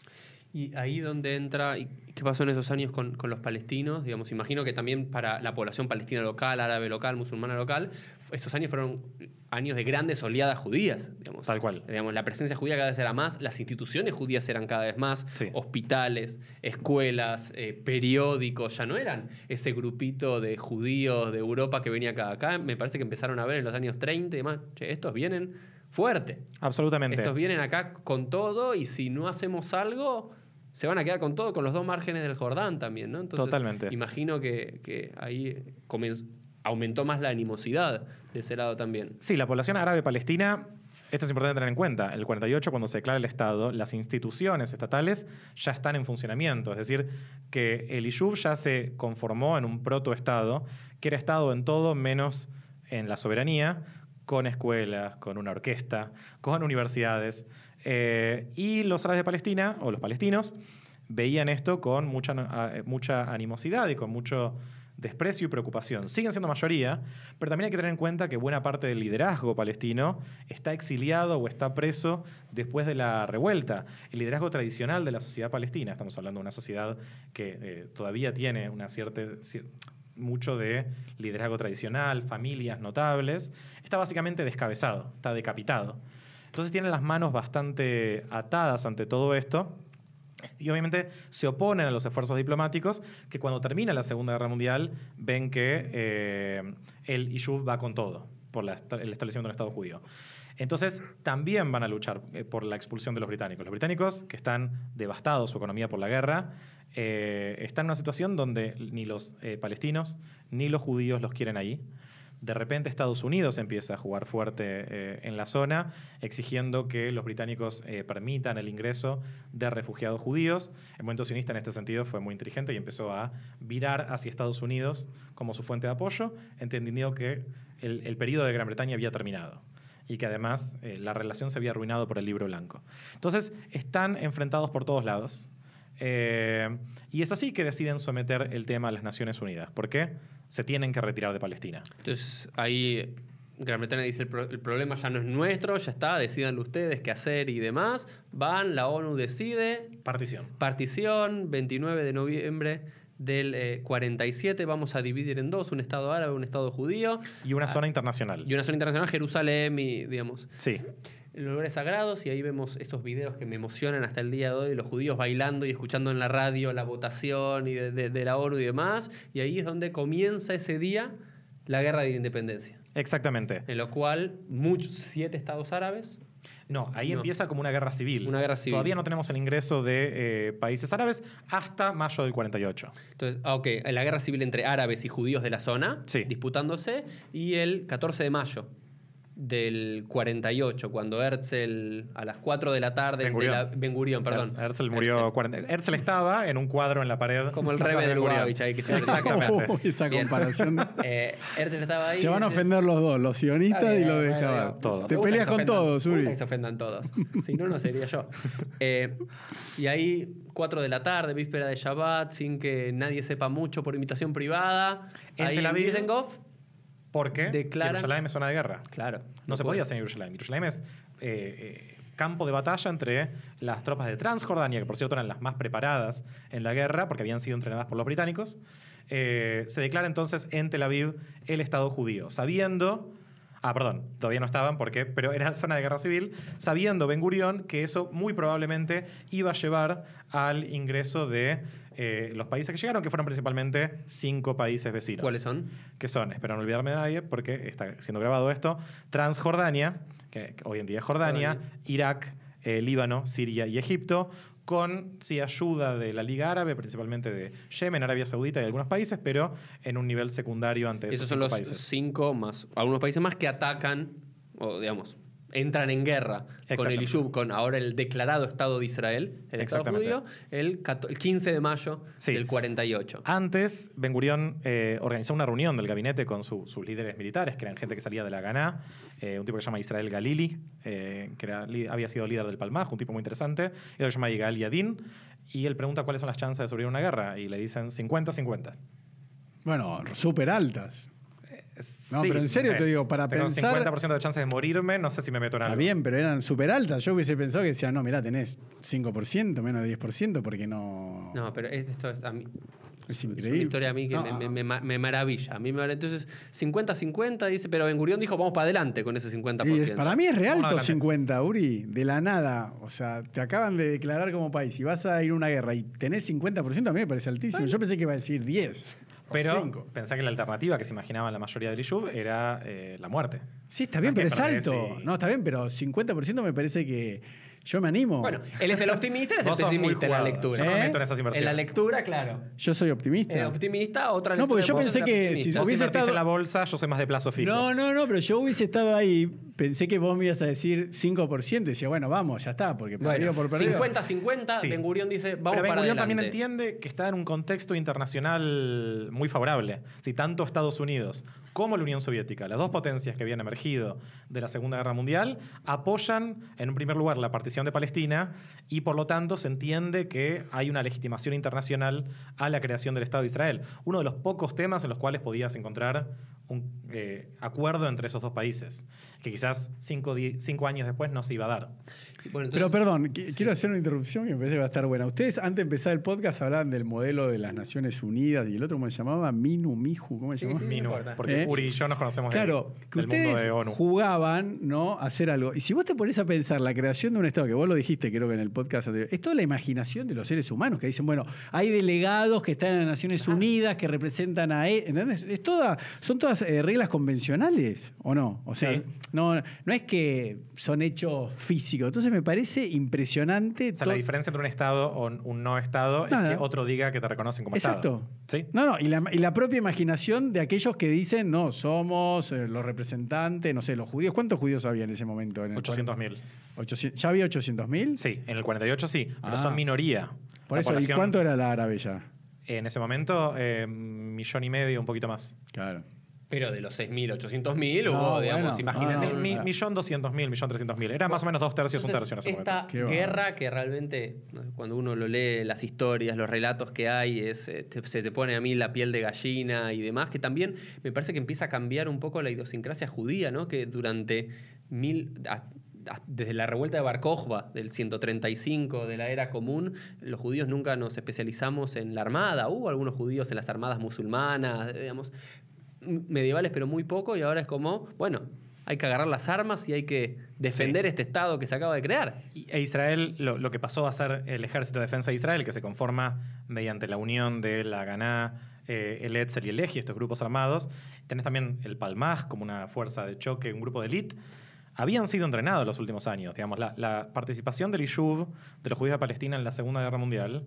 Y ahí donde entra, ¿y qué pasó en esos años con, con los palestinos? Digamos, imagino que también para la población palestina local, árabe local, musulmana local, estos años fueron años de grandes oleadas judías. Digamos. Tal cual. Digamos, la presencia judía cada vez era más, las instituciones judías eran cada vez más, sí. hospitales, escuelas, eh, periódicos, ya no eran ese grupito de judíos de Europa que venía acá. Acá me parece que empezaron a ver en los años treinta y demás, che, estos vienen fuerte. Absolutamente. Estos vienen acá con todo y si no hacemos algo, se van a quedar con todo, con los dos márgenes del Jordán también, ¿no? Entonces, totalmente. Imagino que, que ahí comenzó, aumentó más la animosidad de ese lado también. Sí, la población árabe palestina, esto es importante tener en cuenta, en el cuarenta y ocho, cuando se declara el Estado, las instituciones estatales ya están en funcionamiento, es decir, que el Yishuv ya se conformó en un protoestado, que era Estado en todo menos en la soberanía, con escuelas, con una orquesta, con universidades. Eh, y los árabes de Palestina, o los palestinos, veían esto con mucha, mucha animosidad y con mucho desprecio y preocupación. Siguen siendo mayoría, pero también hay que tener en cuenta que buena parte del liderazgo palestino está exiliado o está preso después de la revuelta. El liderazgo tradicional de la sociedad palestina, estamos hablando de una sociedad que eh, todavía tiene una cierta... mucho de liderazgo tradicional, familias notables, está básicamente descabezado, está decapitado. Entonces tienen las manos bastante atadas ante todo esto y obviamente se oponen a los esfuerzos diplomáticos que cuando termina la Segunda Guerra Mundial ven que eh, el Yishuv va con todo por la, el establecimiento de un Estado judío. Entonces también van a luchar eh, por la expulsión de los británicos. Los británicos, que están devastados su economía por la guerra, eh, están en una situación donde ni los eh, palestinos ni los judíos los quieren ahí. De repente Estados Unidos empieza a jugar fuerte eh, en la zona, exigiendo que los británicos eh, permitan el ingreso de refugiados judíos. El movimiento sionista en este sentido fue muy inteligente y empezó a virar hacia Estados Unidos como su fuente de apoyo, entendiendo que el, el periodo de Gran Bretaña había terminado y que además eh, la relación se había arruinado por el Libro Blanco. Entonces están enfrentados por todos lados. Eh, y es así que deciden someter el tema a las Naciones Unidas. ¿Por qué? Se tienen que retirar de Palestina. Entonces ahí Gran Bretaña dice el, pro el problema ya no es nuestro, ya está, decídanlo ustedes qué hacer y demás. Van, la ONU decide. Partición. Partición, veintinueve de noviembre del eh, cuarenta y siete, vamos a dividir en dos, un Estado árabe, un Estado judío. Y una ah, zona internacional. Y una zona internacional, Jerusalén y, digamos... Sí. Los lugares sagrados, y ahí vemos estos videos que me emocionan hasta el día de hoy, los judíos bailando y escuchando en la radio la votación y de, de, de la ONU y demás, y ahí es donde comienza ese día la guerra de la independencia. Exactamente. En lo cual, muchos, siete estados árabes... No, ahí no. empieza como una guerra civil. Una guerra civil. Todavía no tenemos el ingreso de eh, países árabes hasta mayo del cuarenta y ocho. Entonces, ah, ok, la guerra civil entre árabes y judíos de la zona, sí. disputándose, y el catorce de mayo del cuarenta y ocho, cuando Herzl a las cuatro de la tarde... Ben Gurión. De la, Ben Gurión, perdón. Herzl murió... Herzl. Herzl estaba en un cuadro en la pared. Como el rebe de Lubavitch, ahí que siempre Exactamente. Oh, esa comparación. eh, Herzl estaba ahí... Se van a ofender los dos, los sionistas bien, y los de bueno, Jabal. digo, todos. Te me gusta peleas que se con ofendan, todos, me Uri. gusta que se ofendan todos. Si no, no sería yo. Eh, y ahí, cuatro de la tarde, víspera de Shabbat, sin que nadie sepa mucho, por invitación privada. En ahí Tel Aviv, en Dizengoff, ¿por qué? declaran- Jerusalén es zona de guerra. claro. No se puede. podía hacer en Jerusalén. Jerusalén es eh, eh, campo de batalla entre las tropas de Transjordania, que por cierto eran las más preparadas en la guerra, porque habían sido entrenadas por los británicos. Eh, se declara entonces en Tel Aviv el Estado judío, sabiendo... Ah, perdón, todavía no estaban, porque, pero era zona de guerra civil, sabiendo Ben Gurión que eso muy probablemente iba a llevar al ingreso de eh, los países que llegaron, que fueron principalmente cinco países vecinos. ¿Cuáles son? Que son, espero no olvidarme de nadie, porque está siendo grabado esto, Transjordania, que hoy en día es Jordania, Jordania. Irak, eh, Líbano, Siria y Egipto, con sí, ayuda de la Liga Árabe, principalmente de Yemen, Arabia Saudita y algunos países, pero en un nivel secundario ante esos, Esos son cinco los países. cinco más, algunos países más que atacan, o digamos, entran en guerra con el Iyub, con ahora el declarado Estado de Israel, el Estado judío, el, el quince de mayo Sí. del cuarenta y ocho. Antes, Ben Gurión eh, organizó una reunión del gabinete con su- sus líderes militares, que eran gente que salía de la Ganá, eh, un tipo que se llama Israel Galili, eh, que era, li- había sido líder del Palmaj, un tipo muy interesante, y otro que se llama Yigal Yadin, y él pregunta cuáles son las chances de sobrevivir a una guerra, y le dicen cincuenta cincuenta. Bueno, súper altas. No, Sí, pero en serio sé, te digo, para tengo pensar- cincuenta por ciento de chances de morirme, no sé si me meto en algo. Está bien, pero eran súper altas. Yo hubiese pensado que decían, no, mirá, tenés cinco por ciento, menos de diez por ciento, porque no... No, pero es- esto es, a mí, es es increíble. una historia a mí que No, me, no. me- me ma- me maravilla. A mí me, entonces, cincuenta cincuenta dice, pero Ben Gurión dijo, vamos para adelante con ese cincuenta por Y ciento. es- para mí es re Vamos alto adelante. cincuenta, Uri, de la nada. O sea, te acaban de declarar como país y vas a ir a una guerra y tenés cincuenta por ciento, a mí me parece altísimo. Yo pensé que iba a decir diez. o Pero cinco. pensá que la alternativa que se imaginaba la mayoría del Iyub era eh, la muerte. Sí, está bien, No pero es es que perdés alto. y- No, está bien, pero cincuenta por ciento me parece que yo me animo. Bueno, él es el optimista y es el Vos sos muy pesimista en la jugador. lectura. Yo no me ¿Eh? meto en esas inversiones. En la lectura, claro. Yo soy optimista. El optimista, otra No, lectura. porque de yo vos, pensé otra que pesimista. si Vos hubiese invertís estado- en la bolsa, yo soy más de plazo fijo. No, no, no, pero yo hubiese estado ahí, pensé que vos me ibas a decir cinco por ciento y decía, bueno, vamos, ya está, porque perdido Bueno, por perdido. cincuenta cincuenta, Sí. Ben Gurión dice, vamos Pero Ben para Gurión adelante. también entiende que está en un contexto internacional muy favorable. Si tanto Estados Unidos como la Unión Soviética, las dos potencias que habían emergido de la Segunda Guerra Mundial, apoyan en un primer lugar la partición de Palestina y por lo tanto se entiende que hay una legitimación internacional a la creación del Estado de Israel. Uno de los pocos temas en los cuales podías encontrar un eh, acuerdo entre esos dos países, que quizás cinco, di- cinco años después no se iba a dar. Bueno, Pero entonces, perdón, qui- quiero hacer una interrupción que me parece que va a estar buena. Ustedes antes de empezar el podcast hablaban del modelo de las Naciones Unidas y el otro, ¿cómo se llamaba? Minu, Miju, ¿cómo se Sí, llama? sí. Minu, importa. porque ¿Eh? Uri y yo nos conocemos de- Claro, que del mundo ustedes de ONU. jugaban, ¿no? A hacer algo. Y si vos te pones a pensar la creación de un Estado, que vos lo dijiste creo que en el podcast anterior, es toda la imaginación de los seres humanos que dicen, bueno, hay delegados que están en las Naciones Unidas, que representan a... E- ¿entendés? Es toda, son todas eh, reglas convencionales, ¿o no? O sea, Sí. no, no es que son hechos físicos. Entonces me parece impresionante. O sea, to- la diferencia entre un Estado o un- un no Estado Nada. es que otro diga que te reconocen como Exacto. Estado. ¿Sí? No, no, y la, y la propia imaginación de aquellos que dicen, no, somos eh, los representantes, no sé, los judíos. ¿Cuántos judíos había en ese momento? En el ochocientos mil. ochocientos ¿Ya había ochocientos mil? Sí, en el cuarenta y ocho sí, pero Ah. son minoría. Por La eso, ¿y población, cuánto era la árabe ya? En ese momento, eh, millón y medio, un poquito más. Claro. pero de los seis mil, ochocientos mil, No, hubo, bueno, digamos, no, imagínate. no, no. Mi- millón doscientos mil, millón trescientos mil. Era más o menos dos tercios, un Entonces, tercio en ese esta momento. Qué bárbaro. guerra que realmente, ¿no? cuando uno lo lee, las historias, los relatos que hay, es, eh, te- se te pone a mí la piel de gallina y demás, que también me parece que empieza a cambiar un poco la idiosincrasia judía, ¿no? Que durante mil... a- a- desde la revuelta de Bar Kokhba del ciento treinta y cinco de la era común, los judíos nunca nos especializamos en la armada. Hubo algunos judíos en las armadas musulmanas, eh, digamos, medievales, pero muy poco, y ahora es como, bueno, hay que agarrar las armas y hay que defender Sí. este Estado que se acaba de crear. Y- E Israel, lo, lo que pasó a ser el Ejército de Defensa de Israel, que se conforma mediante la unión de la Ganá, eh, el Etzel y el Leji, estos grupos armados. Tenés también el Palmaj como una fuerza de choque, un grupo de élite. Habían sido entrenados en los últimos años. Digamos, la, la participación del Iyuv, de los judíos de Palestina en la Segunda Guerra Mundial,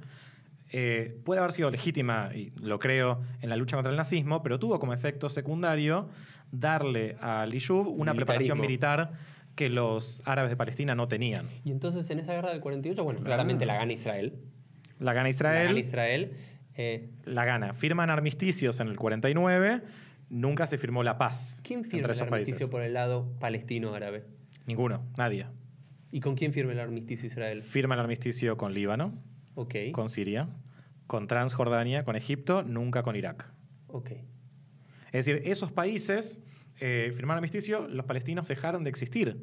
eh, puede haber sido legítima, y lo creo, en la lucha contra el nazismo, pero tuvo como efecto secundario darle al Iyuv una preparación Militarismo. militar que los árabes de Palestina no tenían. Y entonces en esa guerra del cuarenta y ocho, bueno, claramente la gana Israel. La gana La Israel, gana Israel. eh, la gana. Firman armisticios en el cuarenta y nueve, nunca se firmó la paz ¿Quién firma entre el esos armisticio países. por el lado palestino-árabe? Ninguno, nadie. ¿Y con quién firma el armisticio Israel? Firma el armisticio con Líbano, Ok, con Siria, con Transjordania, con Egipto, nunca con Irak. ok. Es decir, esos países eh, firmaron armisticio, los palestinos dejaron de existir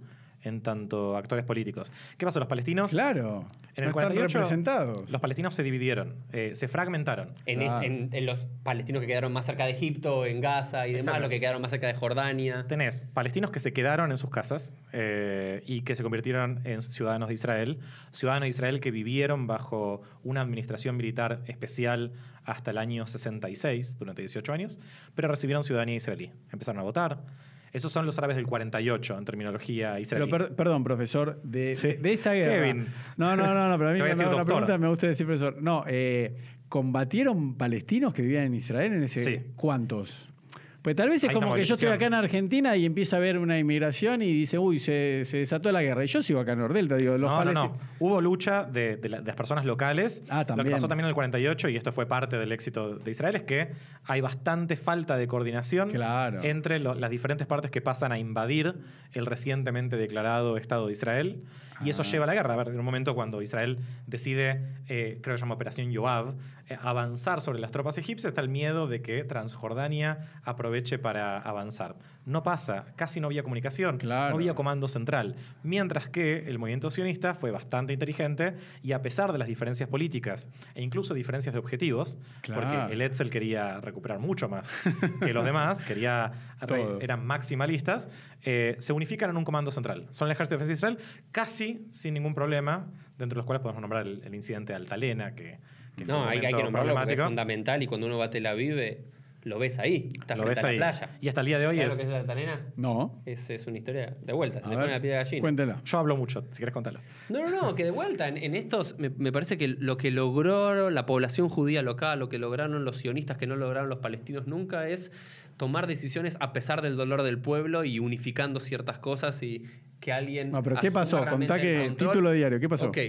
en tanto actores políticos. ¿Qué pasó? Los palestinos... Claro, En el no cuarenta y ocho, están representados. los palestinos se dividieron, eh, se fragmentaron. En, Claro. este- en- en los palestinos que quedaron más cerca de Egipto, en Gaza y demás, Exacto. los que quedaron más cerca de Jordania. Tenés palestinos que se quedaron en sus casas eh, y que se convirtieron en ciudadanos de Israel. Ciudadanos de Israel que vivieron bajo una administración militar especial hasta el año sesenta y seis, durante dieciocho años, pero recibieron ciudadanía israelí. Empezaron a votar. Esos son los árabes del cuarenta y ocho en terminología israelí. Pero per- perdón, profesor, de, Sí. de- de esta guerra. Kevin. No, no, no, no, pero a mí Te voy a me decir hago una doctor. pregunta, me gusta decir profesor. No, eh, ¿combatieron palestinos que vivían en Israel en ese? Sí. ¿Cuántos? Pues tal vez es Hay como una que yo estoy movilización. acá en Argentina y empieza a haber una inmigración y dice, uy, se, se desató la guerra. Y yo sigo acá en Nordelta, digo, los No, no, palesti- no. Hubo lucha de, de la- de las personas locales. Ah, Lo también. que pasó también en el cuarenta y ocho, y esto fue parte del éxito de Israel, es que hay bastante falta de coordinación Claro. entre lo- las diferentes partes que pasan a invadir el recientemente declarado Estado de Israel. Y eso Ah. lleva a la guerra. A ver, en un momento cuando Israel decide, eh, creo que se llama Operación Yoav, eh, avanzar sobre las tropas egipcias, está el miedo de que Transjordania aproveche para avanzar. No pasa, casi no había comunicación, Claro. no había comando central. Mientras que el movimiento sionista fue bastante inteligente y a pesar de las diferencias políticas e incluso diferencias de objetivos, Claro. porque el Etzel quería recuperar mucho más que los demás, quería re- Todo. eran maximalistas, eh, se unifican en un comando central. Son el ejército de defensa de Israel casi sin ningún problema, dentro de los cuales podemos nombrar el, el incidente de Altalena, que, que fue un No, hay, hay que momento nombrarlo porque es problemático. fundamental y cuando uno va a Tel Aviv eh, lo ves ahí, está Lo frente ves a ahí. la playa. Y hasta el día de hoy ¿Sabes es... lo que es la Altalena? No. Es, es una historia de vuelta, se A le ver, pone la piel de gallina. Cuéntela. Yo hablo mucho, si quieres contarlo. No, no, no, que de vuelta, en, en estos, me, me parece que lo que logró la población judía local, lo que lograron los sionistas que no lograron los palestinos nunca, es tomar decisiones a pesar del dolor del pueblo y unificando ciertas cosas y que alguien. No, pero ¿qué asuma pasó? realmente Contá el que control. título de diario, ¿qué pasó? Ok.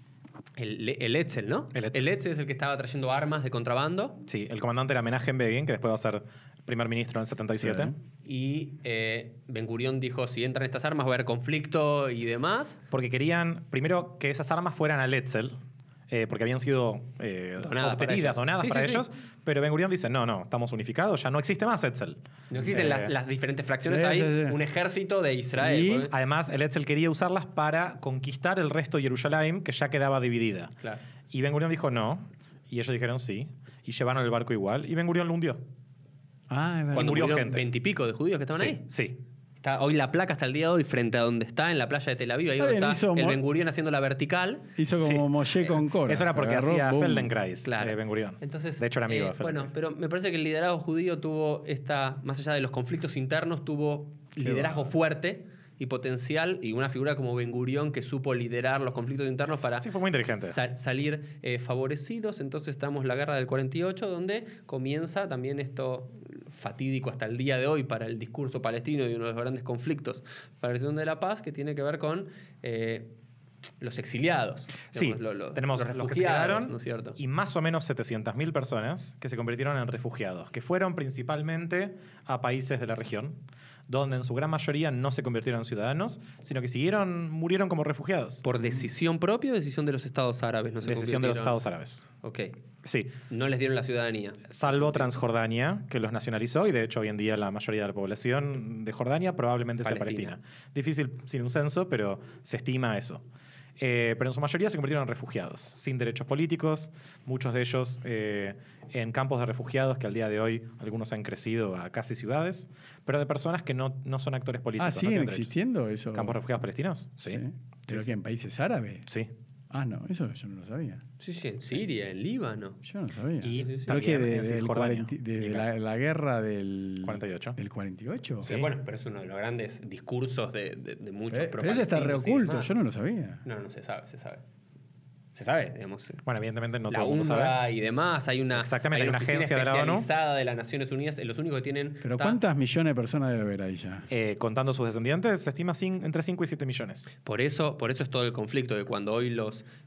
El, el Etzel, ¿no? El Etzel. El Etzel es el que estaba trayendo armas de contrabando Sí, el comandante era Menachem Begin, que después va a ser primer ministro en el setenta y siete. Sí. y eh, Ben Gurión dijo: si entran estas armas va a haber conflicto y demás. Porque querían, primero, que esas armas fueran al Etzel, eh, porque habían sido eh, Donadas para obtenidas, ellos. donadas Sí, para sí, sí. ellos, pero Ben Gurión dice, no, no, estamos unificados, ya no existe más Etzel. No existen Eh, las, las diferentes fracciones, sí, hay sí, sí. un ejército de Israel. Sí. Porque- Además, el Etzel quería usarlas para conquistar el resto de Jerusalén, que ya quedaba dividida. Claro. Y Ben Gurión dijo no, y ellos dijeron sí, y llevaron el barco igual, y Ben Gurión lo hundió. Ah, es verdad. Cuando murió murió gente. veintipico de judíos que estaban Sí, ahí. sí. Está hoy la placa hasta el día de hoy frente a donde está, en la playa de Tel Aviv, ahí Está donde bien, está hizo el mo- Ben Gurión haciendo la vertical. Hizo como Sí. Moshe con Cora. Eso era porque Agarró, hacía boom. Feldenkrais, Claro. eh, Ben Gurión. Entonces, de hecho, era amigo eh, de Feldenkrais. Bueno, pero me parece que el liderazgo judío tuvo esta, más allá de los conflictos internos, tuvo Qué liderazgo bárbaro. fuerte y potencial, y una figura como Ben Gurión que supo liderar los conflictos internos para Sí, fue muy inteligente. sa- salir eh, favorecidos. Entonces estamos en la guerra del cuarenta y ocho, donde comienza también esto fatídico hasta el día de hoy para el discurso palestino y uno de los grandes conflictos para el Revolución de la Paz, que tiene que ver con eh, los exiliados. Sí, digamos, lo- lo- tenemos los los, que se refugiados, quedaron ¿no es cierto? y más o menos setecientas mil personas que se convirtieron en refugiados, que fueron principalmente a países de la región, donde en su gran mayoría no se convirtieron en ciudadanos, sino que siguieron, murieron como refugiados. ¿Por decisión propia o decisión de los estados árabes? No se decisión de los convirtieron? Estados árabes. Ok. Sí, No les dieron la ciudadanía. salvo Transjordania, que los nacionalizó, y de hecho hoy en día la mayoría de la población de Jordania probablemente sea Palestina. palestina. Difícil sin un censo, pero se estima eso. Eh, pero en su mayoría se convirtieron en refugiados, sin derechos políticos, muchos de ellos eh, en campos de refugiados que al día de hoy algunos han crecido a casi ciudades, pero de personas que no, no son actores Ah, políticos. no ¿siguen tienen derechos. existiendo eso? ¿Campos de refugiados palestinos? Sí. Sí. ¿Pero Sí, que en países árabes? Sí. Ah, no, eso yo no lo sabía. Sí, sí, en Siria, en Líbano. Yo no sabía. Y Sí, sí, sí. ¿Pero también qué? De, en del Cisjordania, cuarenta de y en la, Gaza. la guerra del... cuarenta y ocho. ¿Del cuarenta y ocho? Sí. Pero bueno, pero es uno de los grandes discursos de, de, de muchos Pero, pero eso está pro-palestinos y reoculto, demás. yo no lo sabía. No, no se sabe, se sabe. Se sabe, digamos. Bueno, evidentemente no la todo el mundo sabe. UNRWA y demás, hay una, Exactamente, hay una oficina agencia de la ONU. especializada de las Naciones Unidas, los únicos que tienen... Pero está- ¿cuántas millones de personas debe haber ahí ya? Eh, contando sus descendientes, se estima cin- entre cinco y siete millones. Por eso, por eso es todo el conflicto, de cuando hoy los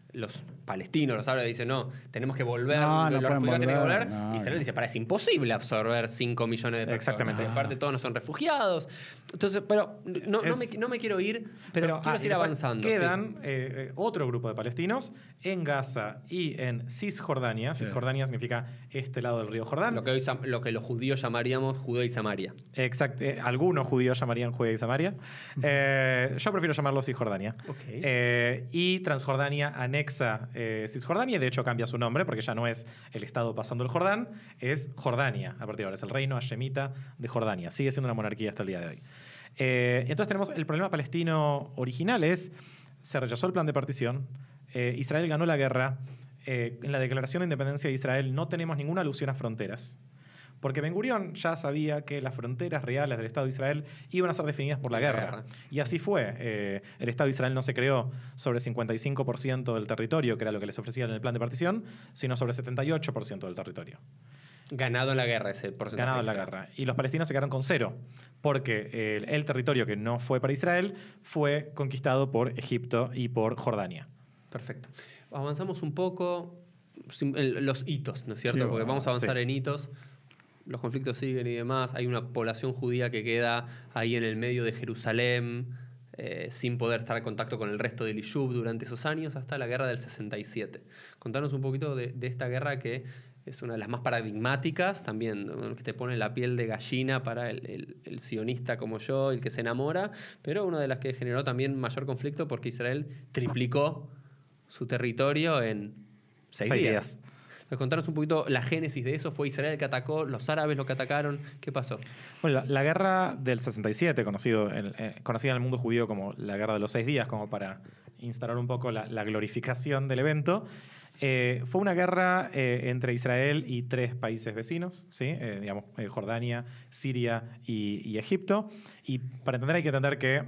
los palestinos, los árabes dicen, no, tenemos que volver, No, los no pueden refugiados tienen que volver, volver. no, Israel no. dice, para, es imposible absorber cinco millones de personas. Exactamente. Y aparte todos no son refugiados. Entonces, pero no, no, Es- me, no me quiero ir, pero, Pero, quiero ah, y seguir después avanzando. Quedan sí. eh, eh, otro grupo de palestinos en Gaza y en Cisjordania. Sí. Cisjordania significa este lado del río Jordán. Lo que, hoy, sam- lo que los judíos llamaríamos Judea y Samaria. Exacto. eh, algunos judíos llamarían Judea y Samaria. Eh, yo prefiero llamarlo Cisjordania. Ok. Eh, y Transjordania anexa eh, Cisjordania. De hecho, cambia su nombre porque ya no es el estado pasando el Jordán, es Jordania. A partir de ahora es el reino hashemita de Jordania. Sigue siendo una monarquía hasta el día de hoy. Eh, entonces tenemos el problema palestino original es, se rechazó el plan de partición, eh, Israel ganó la guerra, eh, en la declaración de independencia de Israel no tenemos ninguna alusión a fronteras, porque Ben Gurión ya sabía que las fronteras reales del Estado de Israel iban a ser definidas por la La guerra. guerra. Y así fue. Eh, el Estado de Israel no se creó sobre cincuenta y cinco por ciento del territorio, que era lo que les ofrecían en el plan de partición, sino sobre setenta y ocho por ciento del territorio. Ganado en la guerra ese porcentaje. Ganado en la extra. guerra. Y los palestinos se quedaron con cero, porque el, el territorio que no fue para Israel fue conquistado por Egipto y por Jordania. Perfecto. Avanzamos un poco. Sim- el- Los hitos, ¿no es cierto? Sí, Porque bueno, vamos a avanzar sí. en hitos. Los conflictos siguen y demás. Hay una población judía que queda ahí en el medio de Jerusalén, eh, sin poder estar en contacto con el resto del Yishub durante esos años, hasta la guerra del sesenta y siete. Contanos un poquito de, de esta guerra que es una de las más paradigmáticas, también, ¿no? Que te pone la piel de gallina para el, el- el sionista como yo, el que se enamora, pero una de las que generó también mayor conflicto porque Israel triplicó su territorio en seis, Seis días. días. Entonces, contanos un poquito la génesis de eso. ¿Fue Israel el que atacó? ¿Los árabes los que atacaron? ¿Qué pasó? Bueno, la, la guerra del sesenta y siete, conocido en, eh, conocida en el mundo judío como la guerra de los seis días, como para instalar un poco la, la glorificación del evento, eh, fue una guerra eh, entre Israel y tres países vecinos, ¿sí? Eh, digamos, eh, Jordania, Siria y, y Egipto. Y para entender hay que entender que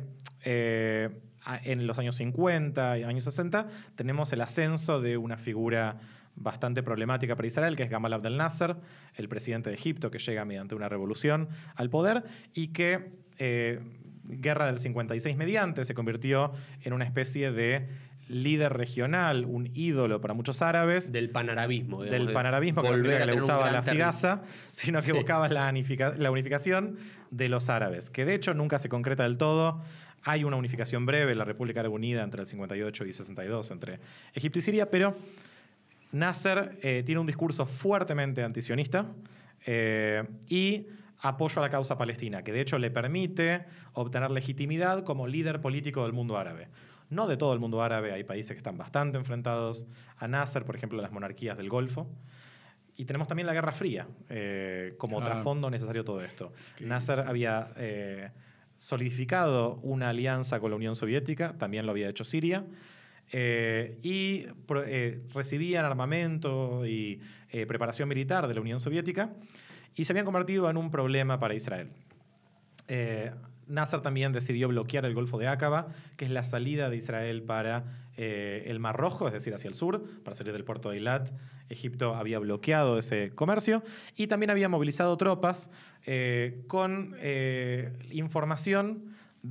eh, a- en los años cincuenta y años sesenta tenemos el ascenso de una figura bastante problemática para Israel, que es Gamal Abdel Nasser, el presidente de Egipto, que llega mediante una revolución al poder y que, eh, guerra del cincuenta y seis mediante, se convirtió en una especie de líder regional, un ídolo para muchos árabes. Del panarabismo. digamos, Del de panarabismo, que no volver significa a que le tener un gustaba gran la terri- figaza, sino que Sí. buscaba la, unifica- la unificación de los árabes, que de hecho nunca se concreta del todo. Hay una unificación breve, la República Árabe Unida entre el cincuenta y ocho y sesenta y dos, entre Egipto y Siria, pero Nasser eh, tiene un discurso fuertemente antisionista eh, y apoyo a la causa palestina, que de hecho le permite obtener legitimidad como líder político del mundo árabe. No de todo el mundo árabe, hay países que están bastante enfrentados a Nasser, por ejemplo, las monarquías del Golfo. Y tenemos también la Guerra Fría, eh, como Ah. trasfondo necesario todo esto. Sí. Nasser había eh, solidificado una alianza con la Unión Soviética, también lo había hecho Siria, eh, y pro- eh, recibían armamento y eh, preparación militar de la Unión Soviética, y se habían convertido en un problema para Israel. Eh, Nasser también decidió bloquear el Golfo de Aqaba, que es la salida de Israel para eh, el Mar Rojo, es decir, hacia el sur, para salir del puerto de Eilat. Egipto había bloqueado ese comercio y también había movilizado tropas eh, con eh, información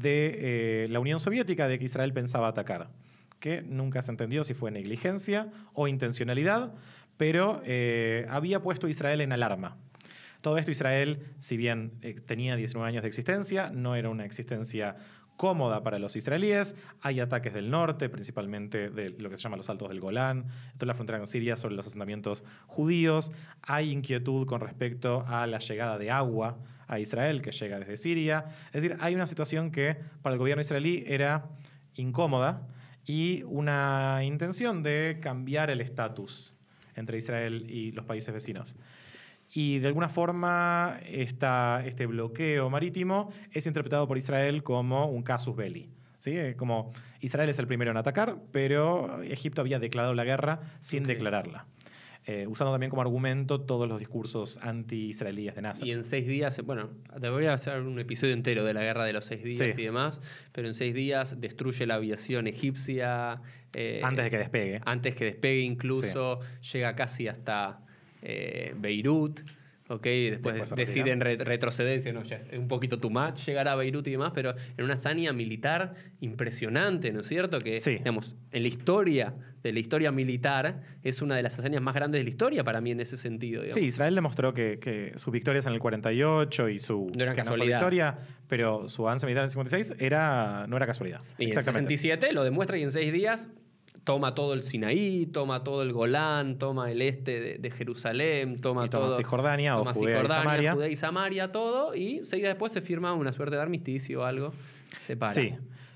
de eh, la Unión Soviética de que Israel pensaba atacar, que nunca se entendió si fue negligencia o intencionalidad, pero eh, había puesto a Israel en alarma. Todo esto Israel, si bien eh, tenía diecinueve años de existencia, no era una existencia cómoda para los israelíes. Hay ataques del norte, principalmente de lo que se llama los Altos del Golán, toda la frontera con Siria, sobre los asentamientos judíos. Hay inquietud con respecto a la llegada de agua a Israel, que llega desde Siria. Es decir, hay una situación que para el gobierno israelí era incómoda y una intención de cambiar el estatus entre Israel y los países vecinos. Y de alguna forma esta, este bloqueo marítimo es interpretado por Israel como un casus belli. ¿Sí? Como Israel es el primero en atacar, pero Egipto había declarado la guerra sin Ok. declararla. Eh, usando también como argumento todos los discursos anti-israelíes de Nasser. Y en seis días, bueno, debería hacer un episodio entero de la guerra de los seis días Sí. y demás, pero en seis días destruye la aviación egipcia. eh, Antes de que despegue. Antes que despegue incluso, llega casi hasta eh, Beirut. ¿ok? Después, Después se deciden re- retroceder y dicen, no, ya es un poquito too much llegar a Beirut y demás, pero en una hazaña militar impresionante, ¿no es cierto? Que, Sí. digamos, en la historia, de la historia militar, es una de las hazañas más grandes de la historia para mí en ese sentido, digamos. Sí, Israel demostró que, que sus victorias en el cuarenta y ocho y su No era que fue casualidad. victoria, pero su avance militar en el cincuenta y seis era, no era casualidad. Y en el sesenta y siete lo demuestra y en seis días toma todo el Sinaí, toma todo el Golán, toma el este de, de Jerusalén, toma Y toma todo. Cisjordania o toma Judea y Cisjordania, Samaria. Judea y Samaria, todo. Y seis días después se firma una suerte de armisticio o algo. Se para. Sí.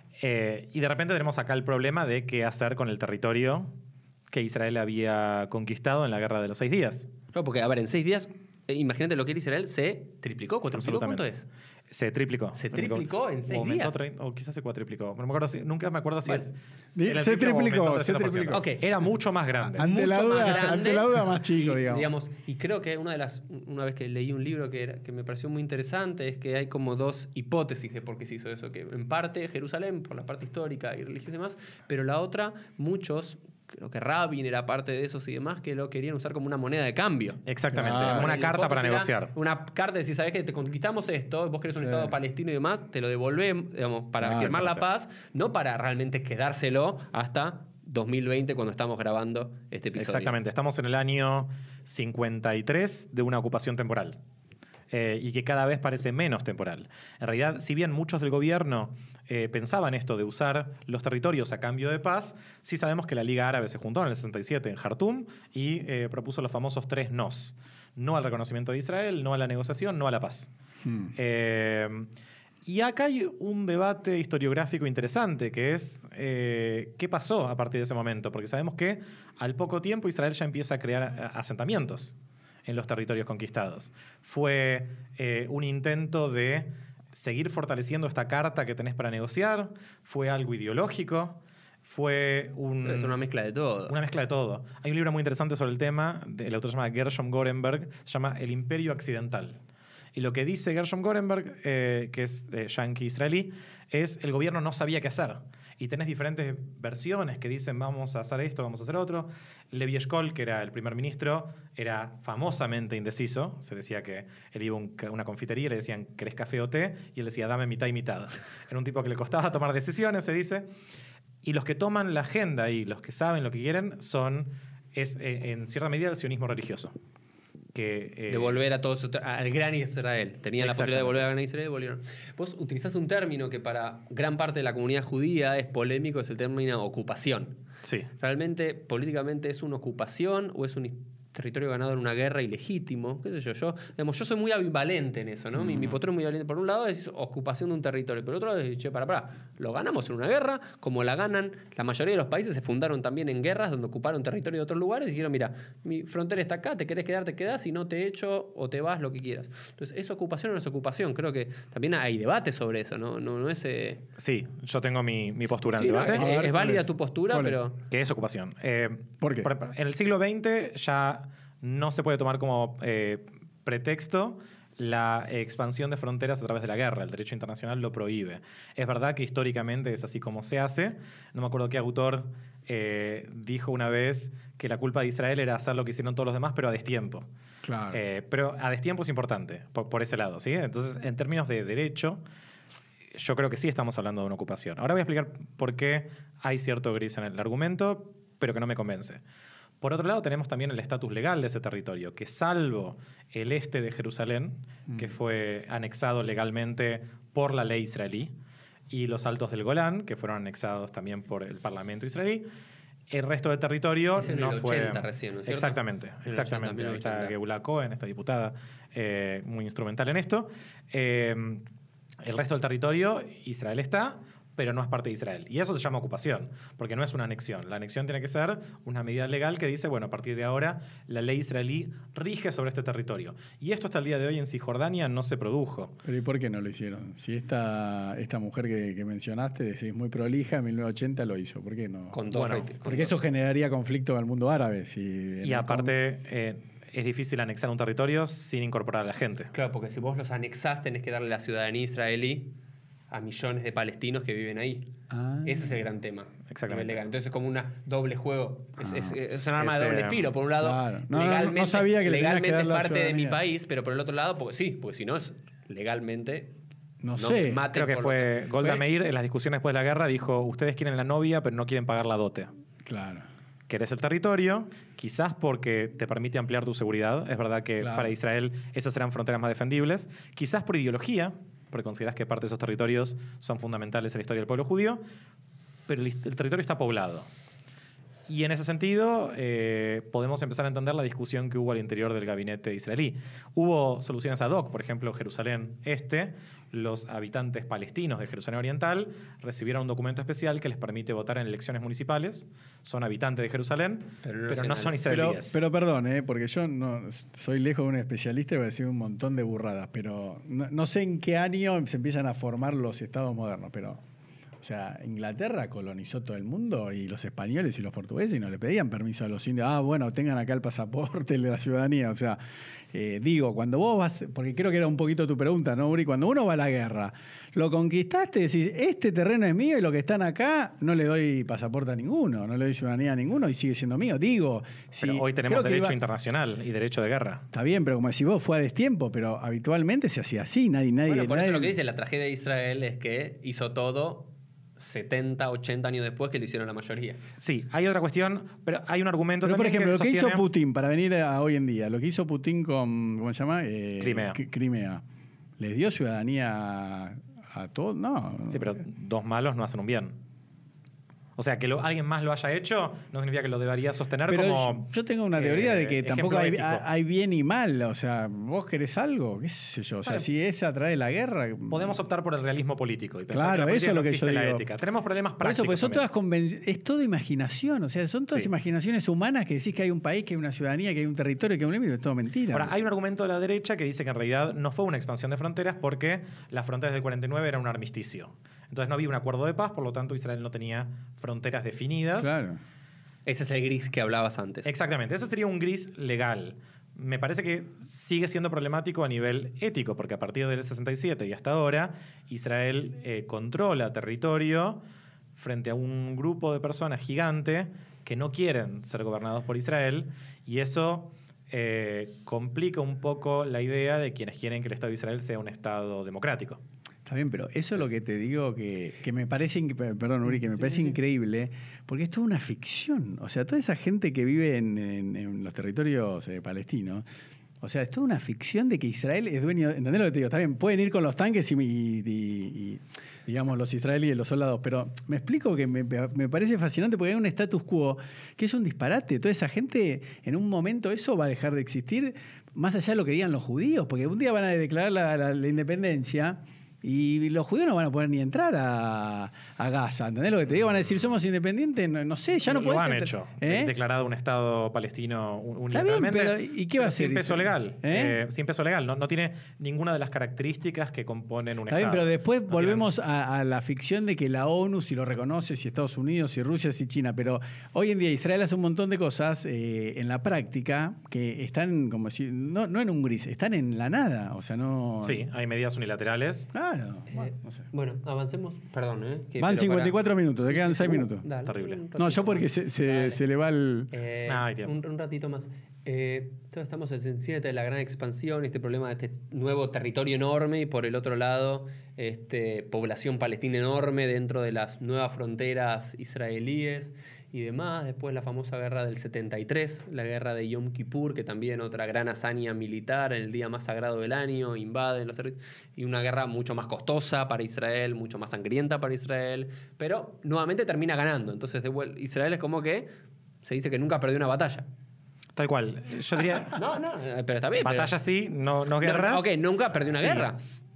Eh, y de repente tenemos acá el problema de qué hacer con el territorio que Israel había conquistado en la Guerra de los Seis Días. No, porque, a ver, en seis días, eh, imagínate lo que era Israel, se triplicó, cuatriplicó. ¿Cuánto es? Se triplicó. Se No me acuerdo. triplicó en seis O aumentó días. trein- O quizás se cuatriplicó. No me acuerdo si- nunca me acuerdo si Bueno. es. Sí, era el se triple o triplicó, aumentó se trescientos por ciento. triplicó. Ok, era mucho más grande. Ante la mucho más duda- grande. ante la duda más chico, y, digamos. Y creo que una de las una vez que leí un libro que, era- que me pareció muy interesante es que hay como dos hipótesis de por qué se hizo eso. Que en parte Jerusalén, por la parte histórica y religiosa y demás, pero la otra, muchos, creo que Rabin era parte de esos y demás, que lo querían usar como una moneda de cambio. Exactamente. Claro. Como una La carta para hipótesis era negociar. Una carta de decir, ¿sabes qué? Te conquistamos esto, vos querés un Sí. Estado palestino y demás, te lo devolvemos, digamos, para Ah, firmar la exactamente. paz, no para realmente quedárselo hasta dos mil veinte cuando estamos grabando este episodio. Exactamente. Estamos en el año cincuenta y tres de una ocupación temporal. Eh, y que cada vez parece menos temporal. En realidad, si bien muchos del gobierno eh, pensaban esto de usar los territorios a cambio de paz, sí sabemos que la Liga Árabe se juntó en el sesenta y siete en Jartum y eh, propuso los famosos tres nos. No al reconocimiento de Israel, no a la negociación, no a la paz. Hmm. Eh, y acá hay un debate historiográfico interesante, que es eh, qué pasó a partir de ese momento, porque sabemos que al poco tiempo Israel ya empieza a crear a- asentamientos en los territorios conquistados. Fue eh, un intento de seguir fortaleciendo esta carta que tenés para negociar, fue algo ideológico, fue un... Es una mezcla de todo. Una mezcla de todo. Hay un libro muy interesante sobre el tema, de- el autor se llama Gershom Gorenberg, se llama El Imperio Accidental. Y lo que dice Gershom Gorenberg, eh, que es eh, yanqui israelí, es el gobierno no sabía qué hacer. Y tenés diferentes versiones que dicen vamos a hacer esto, vamos a hacer otro. Levi Eshkol, que era el primer ministro, era famosamente indeciso. Se decía que él iba a un ca- una confitería y le decían, ¿querés café o té? Y él decía, dame mitad y mitad. Era un tipo que le costaba tomar decisiones, se dice. Y los que toman la agenda y los que saben lo que quieren son, es, eh, en cierta medida, el sionismo religioso. Que, eh, De volver a todos al gran Israel. Tenían la posibilidad de volver al gran Israel y volvieron. Vos utilizaste un término que para gran parte de la comunidad judía es polémico, es el término ocupación. Sí. ¿Realmente políticamente es una ocupación o es un territorio ganado en una guerra ilegítimo? ¿Qué sé yo? Yo, digamos, yo soy muy ambivalente en eso, ¿no? Mi, mi postura es muy ambivalente. Por un lado es ocupación de un territorio, pero por otro lado es, che, para, para, lo ganamos en una guerra, como la ganan la mayoría de los países, se fundaron también en guerras donde ocuparon territorio de otros lugares y dijeron, mira, mi frontera está acá, te querés quedar, te quedás, si no te echo o te vas, lo que quieras. Entonces, ¿es ocupación o no es ocupación? Creo que también hay debate sobre eso, ¿no? No, no es... eh, Sí, yo tengo mi, mi postura en sí, el no, debate. es, A ver, es ¿cuál válida es? tu postura, ¿Cuál es? pero... Que es ocupación. Eh, ¿Por qué? En el siglo veinte ya no se puede tomar como eh, pretexto la expansión de fronteras a través de la guerra. El derecho internacional lo prohíbe. Es verdad que históricamente es así como se hace. No me acuerdo qué autor eh, dijo una vez que la culpa de Israel era hacer lo que hicieron todos los demás, pero a destiempo. Claro. Eh, pero a destiempo es importante, por, por ese lado. ¿Sí? Entonces, en términos de derecho, yo creo que sí estamos hablando de una ocupación. Ahora voy a explicar por qué hay cierto gris en el argumento, pero que no me convence. Por otro lado, tenemos también el estatus legal de ese territorio, que salvo el este de Jerusalén, Mm. que fue anexado legalmente por la ley israelí, y los altos del Golán, que fueron anexados también por el Parlamento israelí, el resto del territorio Es en no el fue... ochenta recién, ¿no es cierto? Exactamente, En el exactamente. ochenta, Ahí está mil novecientos ochenta. Geula Cohen, esta diputada, eh, muy instrumental en esto. Eh, el resto del territorio, Israel está, pero no es parte de Israel. Y eso se llama ocupación, porque no es una anexión. La anexión tiene que ser una medida legal que dice, bueno, a partir de ahora la ley israelí rige sobre este territorio. Y esto hasta el día de hoy en Cisjordania no se produjo. Pero ¿y por qué no lo hicieron? Si esta, esta mujer que, que mencionaste, decís muy prolija, en mil novecientos ochenta lo hizo. ¿Por qué no? Con dos Bueno, rete- con Porque dos. eso generaría conflicto en el mundo árabe. Si en Y el aparte, eh, es difícil anexar un territorio sin incorporar a la gente. Claro, porque si vos los anexás, tenés que darle la ciudadanía israelí a millones de palestinos que viven ahí. Ah. Ese es el gran tema. Exactamente. Legal. Entonces es como un doble juego. Es, Ah. es, es un arma de Ese, doble filo. Por un lado, claro. No, no, no, legalmente, no sabía que le tenías legalmente que dar es la parte de mi ciudadanía. país, pero por el otro lado, porque sí, porque si no es legalmente... No, no sé. mate Creo que por- fue Golda fue- Meir en las discusiones después de la guerra dijo, ustedes quieren la novia pero no quieren pagar la dote. Claro. Querés el territorio, quizás porque te permite ampliar tu seguridad. Es verdad que Claro. para Israel esas serán fronteras más defendibles. Quizás por ideología, porque considerás que parte de esos territorios son fundamentales en la historia del pueblo judío, pero el, el territorio está poblado. Y en ese sentido, eh, podemos empezar a entender la discusión que hubo al interior del gabinete israelí. Hubo soluciones ad hoc, por ejemplo, Jerusalén Este, los habitantes palestinos de Jerusalén Oriental recibieron un documento especial que les permite votar en elecciones municipales. Son habitantes de Jerusalén, Pero pero no no, son nacionales. Pero, israelíes. pero perdón, ¿eh? Porque yo no soy lejos de un especialista y voy a decir un montón de burradas, pero no, no sé en qué año se empiezan a formar los estados modernos, pero... O sea, Inglaterra colonizó todo el mundo y los españoles y los portugueses y no le pedían permiso a los indios. Ah, bueno, tengan acá el pasaporte, el de la ciudadanía. O sea, eh, digo, cuando vos vas, porque creo que era un poquito tu pregunta, ¿no, Uri? Cuando uno va a la guerra, lo conquistaste, decís, este terreno es mío y los que están acá no le doy pasaporte a ninguno, no le doy ciudadanía a ninguno y sigue siendo mío. Digo, Pero si, hoy tenemos creo que derecho iba- internacional y derecho de guerra. Está bien, pero como decís vos, fue a destiempo, pero habitualmente se hacía así, nadie, nadie. Bueno, por eso nadie- lo que dice la tragedia de Israel es que hizo todo setenta, ochenta años después que lo hicieron la mayoría. Sí, hay otra cuestión, pero hay un argumento Pero, por también ejemplo, lo que hizo sostiene- Putin para venir a hoy en día, lo que hizo Putin con, ¿cómo se llama? Eh, Crimea. Cri- Crimea. ¿Les dio ciudadanía a, a todos? No. Sí, pero dos malos no hacen un bien. O sea, que lo- alguien más lo haya hecho no significa que lo debería sostener Pero como... yo, yo tengo una teoría eh, de que tampoco hay, ejemplo ético. hay bien y mal. O sea, vos querés algo, qué sé yo. O sea, Bueno, si es a través de la guerra... Podemos optar por el realismo político y pensar Claro, que la eso política es lo no que existe yo en la digo. ética. Tenemos problemas Por prácticos eso, porque son también. todas conven- es todo imaginación. O sea, son todas Sí. imaginaciones humanas que decís que hay un país, que hay una ciudadanía, que hay un territorio, que hay un límite. Es todo mentira. Ahora, hay un argumento de la derecha que dice que en realidad no fue una expansión de fronteras porque las fronteras del cuarenta y nueve eran un armisticio. Entonces no había un acuerdo de paz, por lo tanto Israel no tenía fronteras definidas. Claro. Ese es el gris que hablabas antes. Exactamente, ese sería un gris legal. Me parece que sigue siendo problemático a nivel ético, porque a partir del sesenta y siete y hasta ahora, Israel eh, controla territorio frente a un grupo de personas gigante que no quieren ser gobernados por Israel, y eso eh, complica un poco la idea de quienes quieren que el Estado de Israel sea un Estado democrático. Está bien, pero eso es lo que te digo que, que me parece, inc- perdón Uri, que me parece increíble, porque es toda una ficción. O sea, toda esa gente que vive en, en- en los territorios eh, palestinos, o sea, es toda una ficción de que Israel es dueño, ¿entendés lo que te digo? Está bien, pueden ir con los tanques y, y- y- y, digamos, los israelíes, los soldados, pero me explico que me, me parece fascinante porque hay un status quo que es un disparate. Toda esa gente, en un momento eso va a dejar de existir, más allá de lo que digan los judíos, porque un día van a declarar la, la- la independencia. Y los judíos no van a poder ni entrar a, a Gaza, ¿entendés lo que te digo? Van a decir, somos independientes, no, no sé, ya no lo podés han entrar. hecho. ¿Eh? Declarado un Estado palestino un- Está bien, unilateralmente. pero ¿y qué va a pero sin hacer? peso legal. ¿Eh? Eh, sin peso legal. No, no tiene ninguna de las características que componen un Está bien, Estado. pero después No volvemos a, a la ficción de que la ONU, si lo reconoce, si Estados Unidos, si Rusia, si China, pero hoy en día Israel hace un montón de cosas eh, en la práctica que están, como decir, no, no en un gris, están en la nada. O sea, no. tienen. Sí, hay medidas unilaterales. Claro. Eh, Bueno, no sé. Bueno, avancemos. Perdón, ¿eh? Que- Van pero cincuenta y para- cuatro minutos, te Sí, quedan sí, seis uh, minutos. dale, Terrible. un No, ratito yo porque más. se, se, Dale. se le va el. Eh, Ah, hay tiempo. un, un ratito más. Eh, entonces estamos en siete de la gran expansión, este problema de este nuevo territorio enorme y por el otro lado, este, población palestina enorme dentro de las nuevas fronteras israelíes y demás. Después la famosa guerra del setenta y tres, la guerra de Yom Kippur, que también otra gran hazaña militar en el día más sagrado del año, invaden los territorios. Y una guerra mucho más costosa para Israel, mucho más sangrienta para Israel, pero nuevamente termina ganando. Entonces de vuel- Israel es como que se dice que nunca perdió una batalla. Tal cual. Yo diría. No, no, eh, pero está bien. pero- Batallas sí, no, no No, guerras. ok, nunca perdió una Sí, guerra.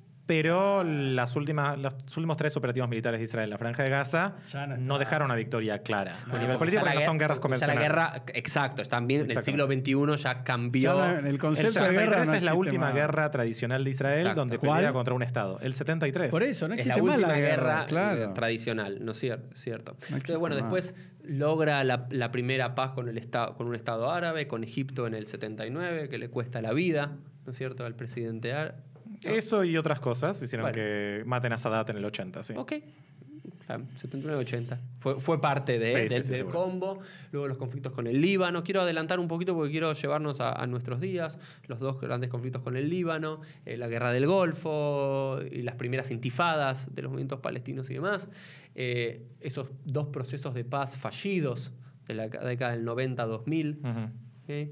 Pero las últimas, los últimos tres operativos militares de Israel en la Franja de Gaza Ya no no, está. dejaron una victoria clara. a Bueno, nivel porque político, ya la porque no son guerra- guerras ya convencionales. la guerra, exacto, están bien. En el siglo veintiuno ya cambió. Ya no- el El concepto de setenta y guerra tres no es la existe última más. guerra tradicional de Israel Exacto. donde ¿Cuál? pelea contra un Estado. El setenta y tres. Por eso, no es existe la más última la guerra, eh, claro. tradicional, ¿no es cier- cierto? existe Entonces, bueno, más. después logra la, la primera paz con, el estado, con un Estado árabe, con Egipto en el setenta y nueve, que le cuesta la vida, ¿no es cierto?, al presidente árabe. Eso y otras cosas hicieron Bueno. que maten a Sadat en el ochenta, sí. Ok, setenta y nueve ochenta. Fue, fue parte de, Sí, del, sí, sí, del seguro. combo. Luego los conflictos con el Líbano. Quiero adelantar un poquito porque quiero llevarnos a, a nuestros días. Los dos grandes conflictos con el Líbano, eh, la guerra del Golfo y las primeras intifadas de los movimientos palestinos y demás. Eh, esos dos procesos de paz fallidos de la década del noventa a dos mil. Ujú. ¿Okay?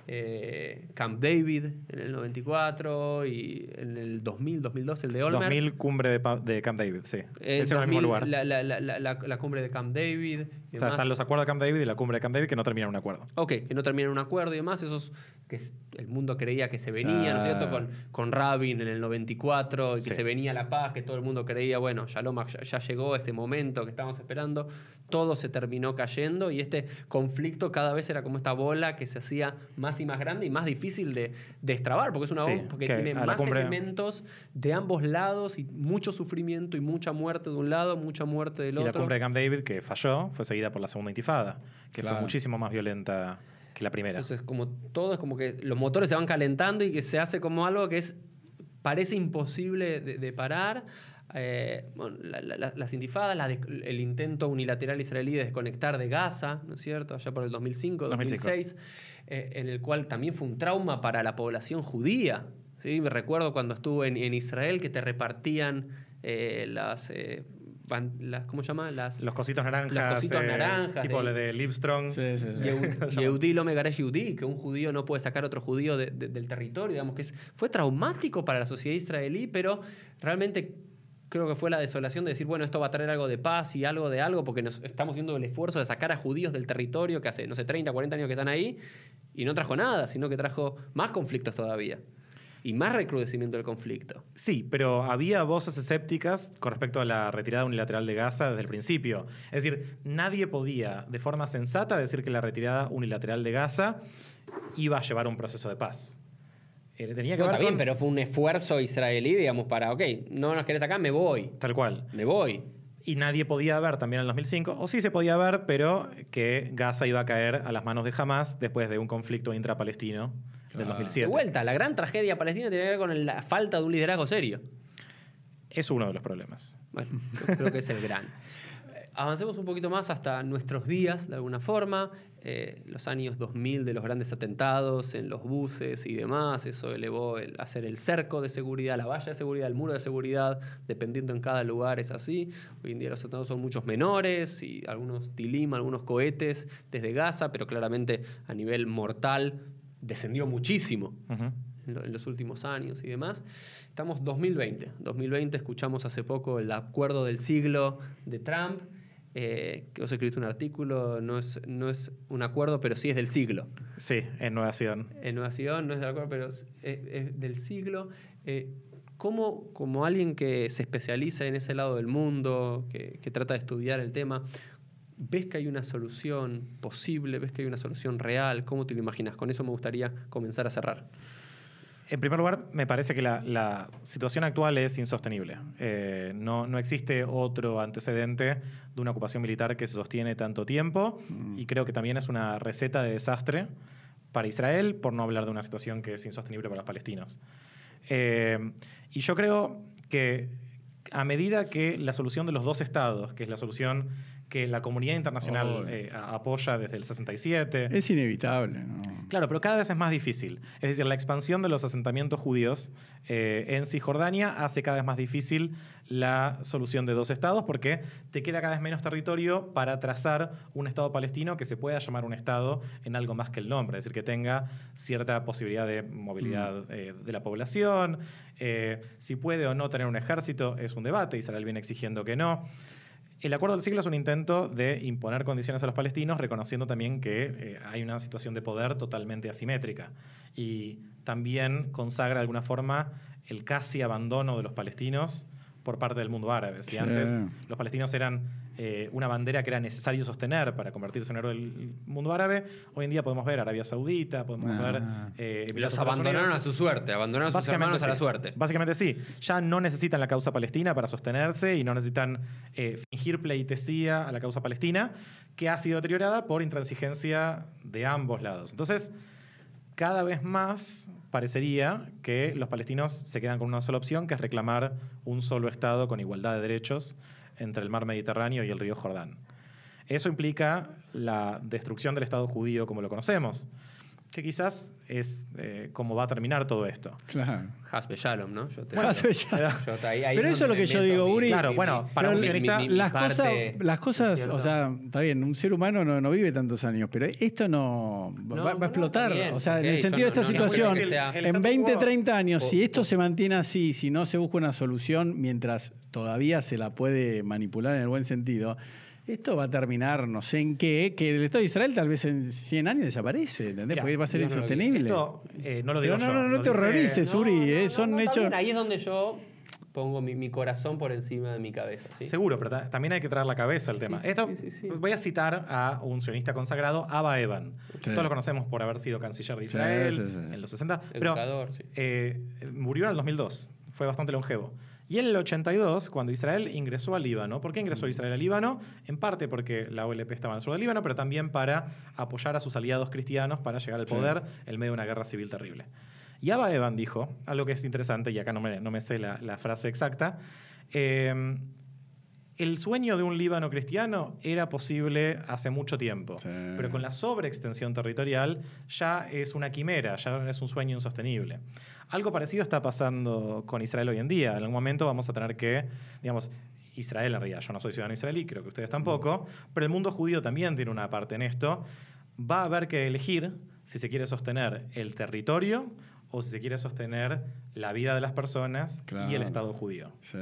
Eh, Camp David en el noventa y cuatro y en el dos mil, dos mil dos el de Olmert. dos mil cumbre de, Pa- de Camp David, sí. Eh, Ese era el mismo dos mil, lugar. La, la, la, la, la- la cumbre de Camp David. Y O sea, demás. están los acuerdos de Camp David y la cumbre de Camp David que no terminan en un acuerdo. Ok, que no terminan un acuerdo y demás, esos que es- el mundo creía que se venía, ¿no es cierto? Con, con Rabin en el noventa y cuatro, y que Sí. se venía la paz, que todo el mundo creía, bueno, Shalom, ya, ya llegó ese momento que estábamos esperando, todo se terminó cayendo y este conflicto cada vez era como esta bola que se hacía más y más grande y más difícil de, de destrabar, porque es una Sí, bomba, porque que tiene a la más cumbre- elementos de ambos lados y mucho sufrimiento y mucha muerte de un lado, mucha muerte del Y otro. la cumbre de Camp David, que falló, fue seguida por la segunda intifada, que Claro. fue muchísimo más violenta que la primera. Entonces, como todo es como que los motores se van calentando y que se hace como algo que es parece imposible de, de parar. Eh, bueno, la- la- las intifadas, la de- el intento unilateral israelí de desconectar de Gaza, ¿no es cierto? Allá por el dos mil cinco, dos mil seis, eh, en el cual también fue un trauma para la población judía. ¿Sí? Me recuerdo cuando estuve en, en Israel que te repartían eh, las, eh, ban- las... ¿Cómo se llama? Las, Los cositos naranjas. Los cositos eh, naranjas Tipo de- el de Livestrong. Sí, sí, sí. Yehud- Yehudí lo megaresh Yehudí, que un judío no puede sacar a otro judío de- de- del territorio, digamos que es, fue traumático para la sociedad israelí, pero realmente creo que fue la desolación de decir, bueno, esto va a traer algo de paz y algo de algo, porque nos estamos haciendo el esfuerzo de sacar a judíos del territorio que hace, no sé, treinta, cuarenta años que están ahí, y no trajo nada, sino que trajo más conflictos todavía. Y más recrudecimiento del conflicto. Sí, pero había voces escépticas con respecto a la retirada unilateral de Gaza desde el principio. Es decir, nadie podía de forma sensata decir que la retirada unilateral de Gaza iba a llevar a un proceso de paz. Eh, tenía que No, ver está bien, con- pero fue un esfuerzo israelí, digamos, para, ok, no nos querés acá, me voy, Tal cual. me voy. Y nadie podía ver también en el dos mil cinco, o sí se podía ver, pero que Gaza iba a caer a las manos de Hamas después de un conflicto intrapalestino del Claro. dos mil De siete. vuelta, la gran tragedia palestina tiene que ver con la falta de un liderazgo serio. Es uno de los problemas. Bueno, yo creo que es el gran. Eh, Avancemos un poquito más hasta nuestros días, de alguna forma. Eh, los años dos mil de los grandes atentados en los buses y demás, eso elevó el hacer el cerco de seguridad, la valla de seguridad, el muro de seguridad, dependiendo en cada lugar es así. Hoy en día los atentados son muchos menores y algunos tilim, algunos cohetes desde Gaza, pero claramente a nivel mortal descendió muchísimo Ujú. en, lo- en los últimos años y demás. Estamos dos mil veinte. dos mil veinte escuchamos hace poco el acuerdo del siglo de Trump, eh, que vos escribiste un artículo, no es, no es un acuerdo, pero sí es del siglo. Sí, en Nueva Sion. En Nueva Sion no es del acuerdo, pero es, es- es del siglo. Eh, ¿Cómo, como alguien que se especializa en ese lado del mundo, que, que trata de estudiar el tema, ves que hay una solución posible, ves que hay una solución real? ¿Cómo te lo imaginas? Con eso me gustaría comenzar a cerrar. En primer lugar, me parece que la, la situación actual es insostenible. Eh, no, no existe otro antecedente de una ocupación militar que se sostiene tanto tiempo y creo que también es una receta de desastre para Israel, por no hablar de una situación que es insostenible para los palestinos. Eh, y yo creo que a medida que la solución de los dos estados, que es la solución que la comunidad internacional Oh. eh, a- apoya desde el sesenta y siete, Es inevitable, ¿no? claro, pero cada vez es más difícil. Es decir, la expansión de los asentamientos judíos eh, en Cisjordania hace cada vez más difícil la solución de dos estados porque te queda cada vez menos territorio para trazar un estado palestino que se pueda llamar un estado en algo más que el nombre, es decir, que tenga cierta posibilidad de movilidad eh, de la población. Eh, si puede o no tener un ejército es un debate, Israel viene exigiendo que no. El acuerdo del siglo es un intento de imponer condiciones a los palestinos, reconociendo también que eh, hay una situación de poder totalmente asimétrica. Y también consagra de alguna forma el casi abandono de los palestinos por parte del mundo árabe. Si Sí. antes los palestinos eran eh, una bandera que era necesario sostener para convertirse en héroe del mundo árabe, hoy en día podemos ver Arabia Saudita, podemos Ah. ver eh, Emiratos Los Árabes abandonaron Unidos. a su suerte, abandonaron a sus hermanos a la sí. suerte. Básicamente sí. Ya no necesitan la causa palestina para sostenerse y no necesitan eh, fingir pleitesía a la causa palestina, que ha sido deteriorada por intransigencia de ambos lados. Entonces, cada vez más parecería que los palestinos se quedan con una sola opción, que es reclamar un solo Estado con igualdad de derechos entre el mar Mediterráneo y el río Jordán. Eso implica la destrucción del Estado judío como lo conocemos, que quizás es eh, cómo va a terminar todo esto. Claro. Hasbe Shalom, ¿no? Yo te- Hasbe Shalom. yo- ahí- ahí Pero eso es lo donde que yo meto digo, mi- Uri. Claro, mi- bueno, mi- para un mi- sionista, mi- mi las cosas, parte, las cosas, ¿cierto? o sea, está bien, un ser humano no, no vive tantos años, pero esto no, No, va, va a no, explotar. está bien, o sea, en ok, el yo sentido de no- esta no- no situación, voy a decir que sea- el en statu veinte, quo- treinta años, o- si esto o- se mantiene así, si no se busca una solución, mientras todavía se la puede manipular en el buen sentido, esto va a terminar, no sé en qué, que el Estado de Israel tal vez en cien años desaparece, ¿entendés? Mira, Porque va a ser Dios no lo insostenible. Esto eh, no lo digo Pero no, yo. no, no lo te dice- horrorices, Uri, eh, son está hechos... bien, ahí es donde yo pongo mi, mi corazón por encima de mi cabeza. ¿sí? Seguro, pero ta- también hay que traer la cabeza al Sí, tema. sí, Esto, sí, sí, sí. voy a citar a un sionista consagrado, Abba Eban. Sí. Todos lo conocemos por haber sido canciller de Sí, Israel sí, sí. en los sesenta. Pero Educador, sí. eh, murió en el dos mil dos. Fue bastante longevo. Y en el ochenta y dos, cuando Israel ingresó al Líbano, ¿por qué ingresó Israel al Líbano? En parte porque la O L P estaba en el sur del Líbano, pero también para apoyar a sus aliados cristianos para llegar al poder en medio de una guerra civil terrible. Y Abba Eban dijo, algo que es interesante, y acá no me, no me sé la, la frase exacta, eh, el sueño de un Líbano cristiano era posible hace mucho tiempo, Sí. pero con la sobreextensión territorial ya es una quimera, ya es un sueño insostenible. Algo parecido está pasando con Israel hoy en día. En algún momento vamos a tener que, digamos, Israel en realidad, yo no soy ciudadano israelí, creo que ustedes tampoco, pero el mundo judío también tiene una parte en esto. Va a haber que elegir si se quiere sostener el territorio o si se quiere sostener la vida de las personas y el Claro. Estado judío. Sí.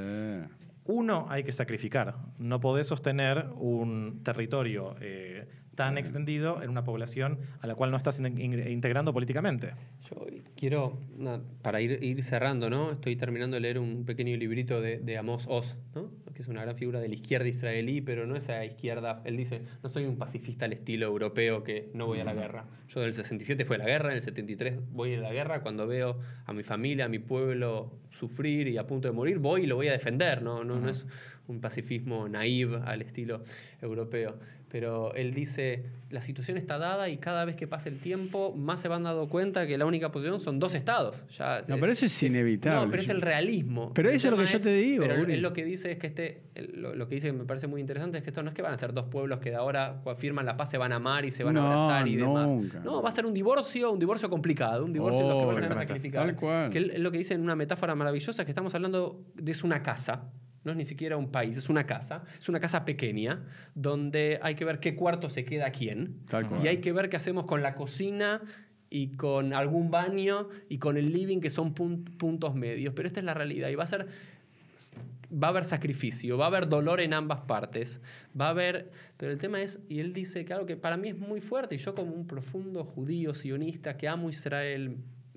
Uno hay que sacrificar. No podés sostener un territorio eh, tan extendido en una población a la cual no estás in- in- integrando políticamente. Yo quiero, na- para ir, ir cerrando, ¿no? Estoy terminando de leer un pequeño librito de, de Amos Oz, ¿no? Que es una gran figura de la izquierda israelí, pero no esa izquierda. Él dice, no soy un pacifista al estilo europeo que no voy a la guerra. Yo del sesenta y siete fui a la guerra, en el setenta y tres voy a la guerra. Cuando veo a mi familia, a mi pueblo sufrir y a punto de morir, voy y lo voy a defender, ¿no? No, no es un pacifismo naive al estilo europeo. Pero él dice, la situación está dada y cada vez que pasa el tiempo, más se van dando cuenta que la única posición son dos estados. Ya, No, pero eso es inevitable. No, pero es el realismo. Pero El eso es lo tema que yo te digo, Pero él, Uri. él lo que dice es que este, él- lo, lo que dice que me parece muy interesante es que esto no es que van a ser dos pueblos que de ahora cuando firman la paz se van a amar y se van No, a abrazar y demás. nunca. No, va a ser un divorcio, un divorcio complicado, un divorcio en los que Oh, van a tener que exactamente. sacrificar. Tal cual. Que él, él lo que dice en una metáfora maravillosa que estamos hablando de es una casa. No es ni siquiera un país, es una casa. Es una casa pequeña donde hay que ver qué cuarto se queda quién. Tal cual. Y hay que ver qué hacemos con la cocina y con algún baño y con el living, que son pun- puntos medios. Pero esta es la realidad y va a ser... Va a haber sacrificio, va a haber dolor en ambas partes, va a haber... Pero el tema es, y él dice que algo que para mí es muy fuerte, y yo como un profundo judío sionista que amo Israel,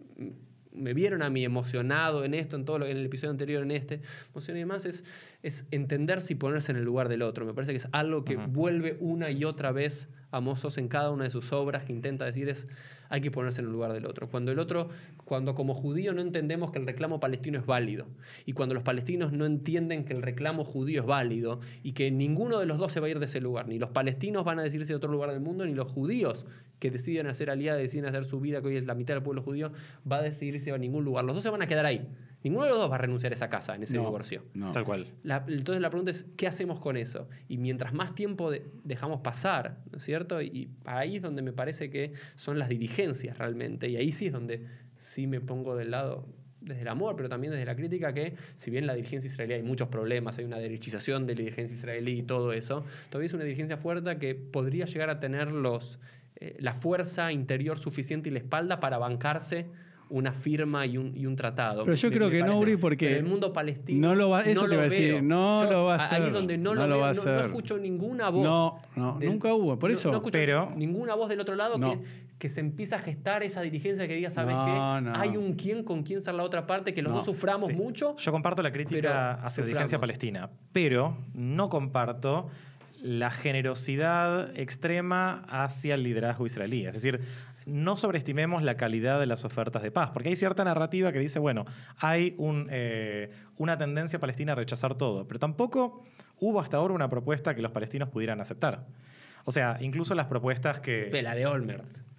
me vieron a mí emocionado en esto, en todo lo, en el episodio anterior, en este, emocionado y demás, es, es entenderse y ponerse en el lugar del otro. Me parece que es algo que Ujú. vuelve una y otra vez a Mozos en cada una de sus obras, que intenta decir es, hay que ponerse en el lugar del otro. Cuando el otro, cuando como judío no entendemos que el reclamo palestino es válido, y cuando los palestinos no entienden que el reclamo judío es válido, y que ninguno de los dos se va a ir de ese lugar, ni los palestinos van a decirse de otro lugar del mundo, ni los judíos que deciden hacer alianza, deciden hacer su vida, que hoy es la mitad del pueblo judío, va a decidirse a ningún lugar. Los dos se van a quedar ahí. Ninguno de los dos va a renunciar a esa casa, en ese No, divorcio. no. Tal cual. La- entonces la pregunta es, ¿qué hacemos con eso? Y mientras más tiempo de- dejamos pasar, ¿no es cierto? Y ahí es donde me parece que son las dirigencias realmente. Y ahí sí es donde sí me pongo del lado desde el amor, pero también desde la crítica, que si bien la dirigencia israelí hay muchos problemas, hay una derechización de la dirigencia israelí y todo eso, todavía es una dirigencia fuerte que podría llegar a tener los, eh, la fuerza interior suficiente y la espalda para bancarse una firma y un, y un tratado. Pero yo Me- creo me que no, parece. Uri, porque Pero el mundo palestino no lo va- eso no te iba a decir, veo. no lo va a Ahí hacer, es donde no, no lo lo veo, va a no, no hacer. escucho ninguna voz. No, no, del- nunca hubo, por no- eso. No, escucho Pero- ninguna voz del otro lado No. que, que se empieza a gestar esa dirigencia que diga, ¿sabes No, qué? no. Hay un quién con quién ser la otra parte, que los No. dos suframos Sí. mucho. Yo comparto la pero crítica hacia la dirigencia suframos. palestina, pero no comparto la generosidad extrema hacia el liderazgo israelí. Es decir, no sobreestimemos la calidad de las ofertas de paz, porque hay cierta narrativa que dice, bueno, hay un, eh, una tendencia palestina a rechazar todo, pero tampoco hubo hasta ahora una propuesta que los palestinos pudieran aceptar. O sea, incluso las propuestas que... La de Olmert.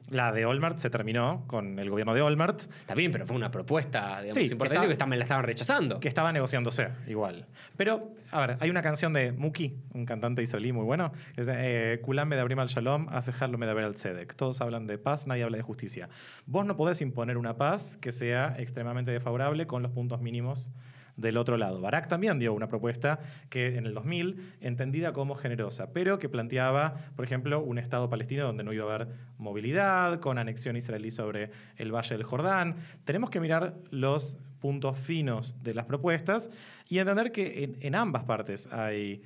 La de Olmert se terminó con el gobierno de Olmert, Está bien, pero fue una propuesta, digamos, Sí, importante está- que estaban- la estaban rechazando. que estaba negociándose igual. Pero, a ver, hay una canción de Muki, un cantante israelí muy bueno, que es de, eh, Kulam medabrim al shalom, afejar lo medaber al tzedek. Todos hablan de paz, nadie habla de justicia. Vos no podés imponer una paz que sea extremadamente desfavorable con los puntos mínimos del otro lado. Barak también dio una propuesta que en el dos mil, entendida como generosa, pero que planteaba, por ejemplo, un Estado palestino donde no iba a haber movilidad, con anexión israelí sobre el Valle del Jordán. Tenemos que mirar los puntos finos de las propuestas y entender que en, en ambas partes hay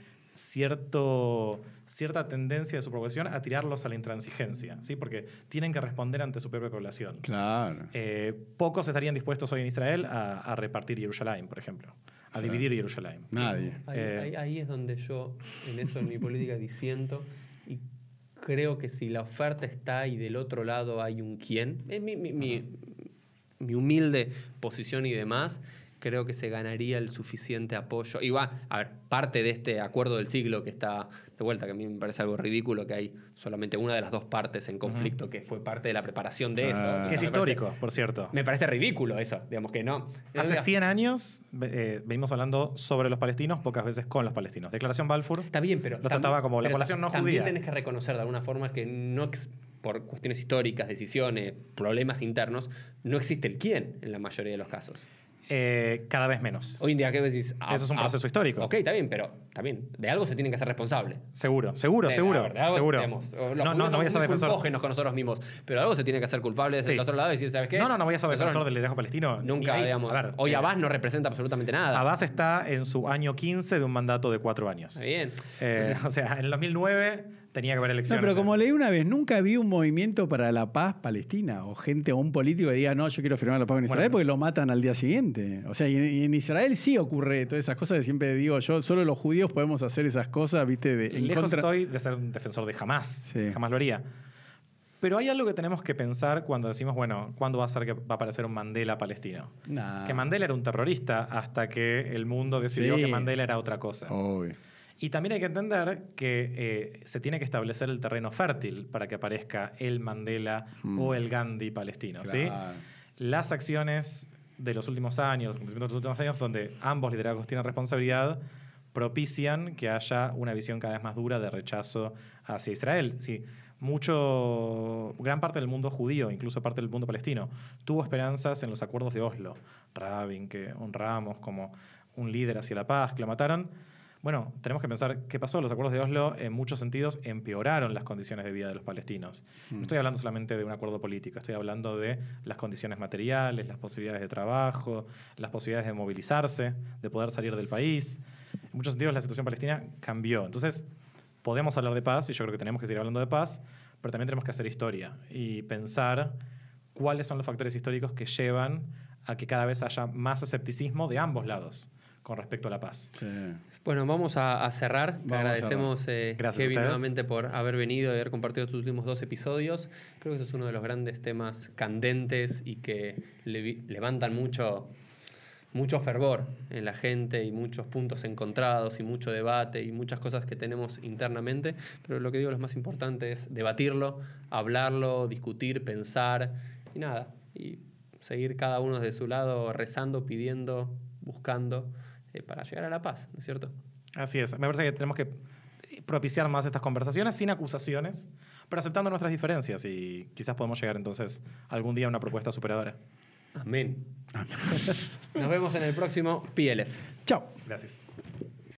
cierto, cierta tendencia de su proposición a tirarlos a la intransigencia, ¿sí? Porque tienen que responder ante su propia población. Claro. Eh, pocos estarían dispuestos hoy en Israel a, a repartir Jerusalén, por ejemplo, a Sí. dividir Jerusalén. Nadie. Ahí, Eh, ahí- ahí es donde yo, en eso, en mi política, disiento y creo que si la oferta está y del otro lado hay un quién, es mi, mi- mi- mi humilde posición y demás, creo que se ganaría el suficiente apoyo. Y va, a ver, parte de este acuerdo del siglo que está de vuelta, que a mí me parece algo ridículo que hay solamente una de las dos partes en conflicto que fue parte de la preparación de eso. Ah. Que es Me parece- histórico, por cierto. Me parece ridículo eso, digamos que no. Hace cien años eh, venimos hablando sobre los palestinos, pocas veces con los palestinos. Declaración Balfour. Está bien, pero... Lo tam- trataba como la pero población no ta- judía. También tenés que reconocer de alguna forma que no ex- por cuestiones históricas, decisiones, problemas internos, no existe el quién en la mayoría de los casos. Eh, cada vez menos. Hoy en día, ¿qué decís? Ah, Eso es un ah, proceso histórico. Ok, está bien, pero está bien. De algo se tienen que hacer responsable. Seguro, seguro, De- seguro. a ver, de algo, seguro. digamos, los no, judíos no, no voy a somos ser muy defensor. culpógenos con nosotros mismos, pero algo se tiene que hacer culpable desde Sí. el otro lado y decir, ¿sabes qué? No, no, no voy a ser Nosotros defensor del liderazgo palestino. Nunca, Ni ahí. digamos, A ver, hoy eh, Abbas no representa absolutamente nada. Abbas está en su año quince de un mandato de cuatro años. Está bien. Eh, Entonces, o sea, en el dos mil nueve tenía que haber No, elecciones. pero como leí una vez, nunca vi un movimiento para la paz palestina o gente o un político que diga, no, yo quiero firmar la paz con Israel Bueno, porque lo matan al día siguiente. O sea, y en, y en Israel sí ocurre todas esas cosas que siempre digo yo, solo los judíos podemos hacer esas cosas, ¿viste? De, en Lejos contra... estoy de ser un defensor de jamás. Sí. Jamás lo haría. Pero hay algo que tenemos que pensar cuando decimos, bueno, ¿cuándo va a ser que va a aparecer un Mandela palestino? Nah. Que Mandela era un terrorista hasta que el mundo decidió Sí. que Mandela era otra cosa. Obvio. Y también hay que entender que eh, se tiene que establecer el terreno fértil para que aparezca el Mandela Mm. o el Gandhi palestino. ¿sí? Claro. Las acciones de los últimos años, los acontecimientos de los últimos años, donde ambos liderazgos tienen responsabilidad, propician que haya una visión cada vez más dura de rechazo hacia Israel. Sí, mucho, gran parte del mundo judío, incluso parte del mundo palestino, tuvo esperanzas en los acuerdos de Oslo. Rabin, que honramos como un líder hacia la paz, que lo mataron. Bueno, tenemos que pensar qué pasó. Los acuerdos de Oslo, en muchos sentidos, empeoraron las condiciones de vida de los palestinos. No estoy hablando solamente de un acuerdo político, estoy hablando de las condiciones materiales, las posibilidades de trabajo, las posibilidades de movilizarse, de poder salir del país. En muchos sentidos, la situación palestina cambió. Entonces, podemos hablar de paz, y yo creo que tenemos que seguir hablando de paz, pero también tenemos que hacer historia y pensar cuáles son los factores históricos que llevan a que cada vez haya más escepticismo de ambos lados con respecto a la paz. Sí. bueno, vamos a, a cerrar. Te Vamos a agradecemos, eh, Gracias a Kevin, ustedes. nuevamente por haber venido y haber compartido tus últimos dos episodios. Creo que este es uno de los grandes temas candentes y que levi- levantan mucho, mucho fervor en la gente y muchos puntos encontrados y mucho debate y muchas cosas que tenemos internamente. Pero lo que digo, lo más importante es debatirlo, hablarlo, discutir, pensar y nada. Y seguir cada uno de su lado rezando, pidiendo, buscando eh, para llegar a la paz, ¿no es cierto? Así es. Me parece que tenemos que propiciar más estas conversaciones sin acusaciones, pero aceptando nuestras diferencias y quizás podemos llegar entonces algún día a una propuesta superadora. Amén. Nos vemos en el próximo P L F. Chao. Gracias.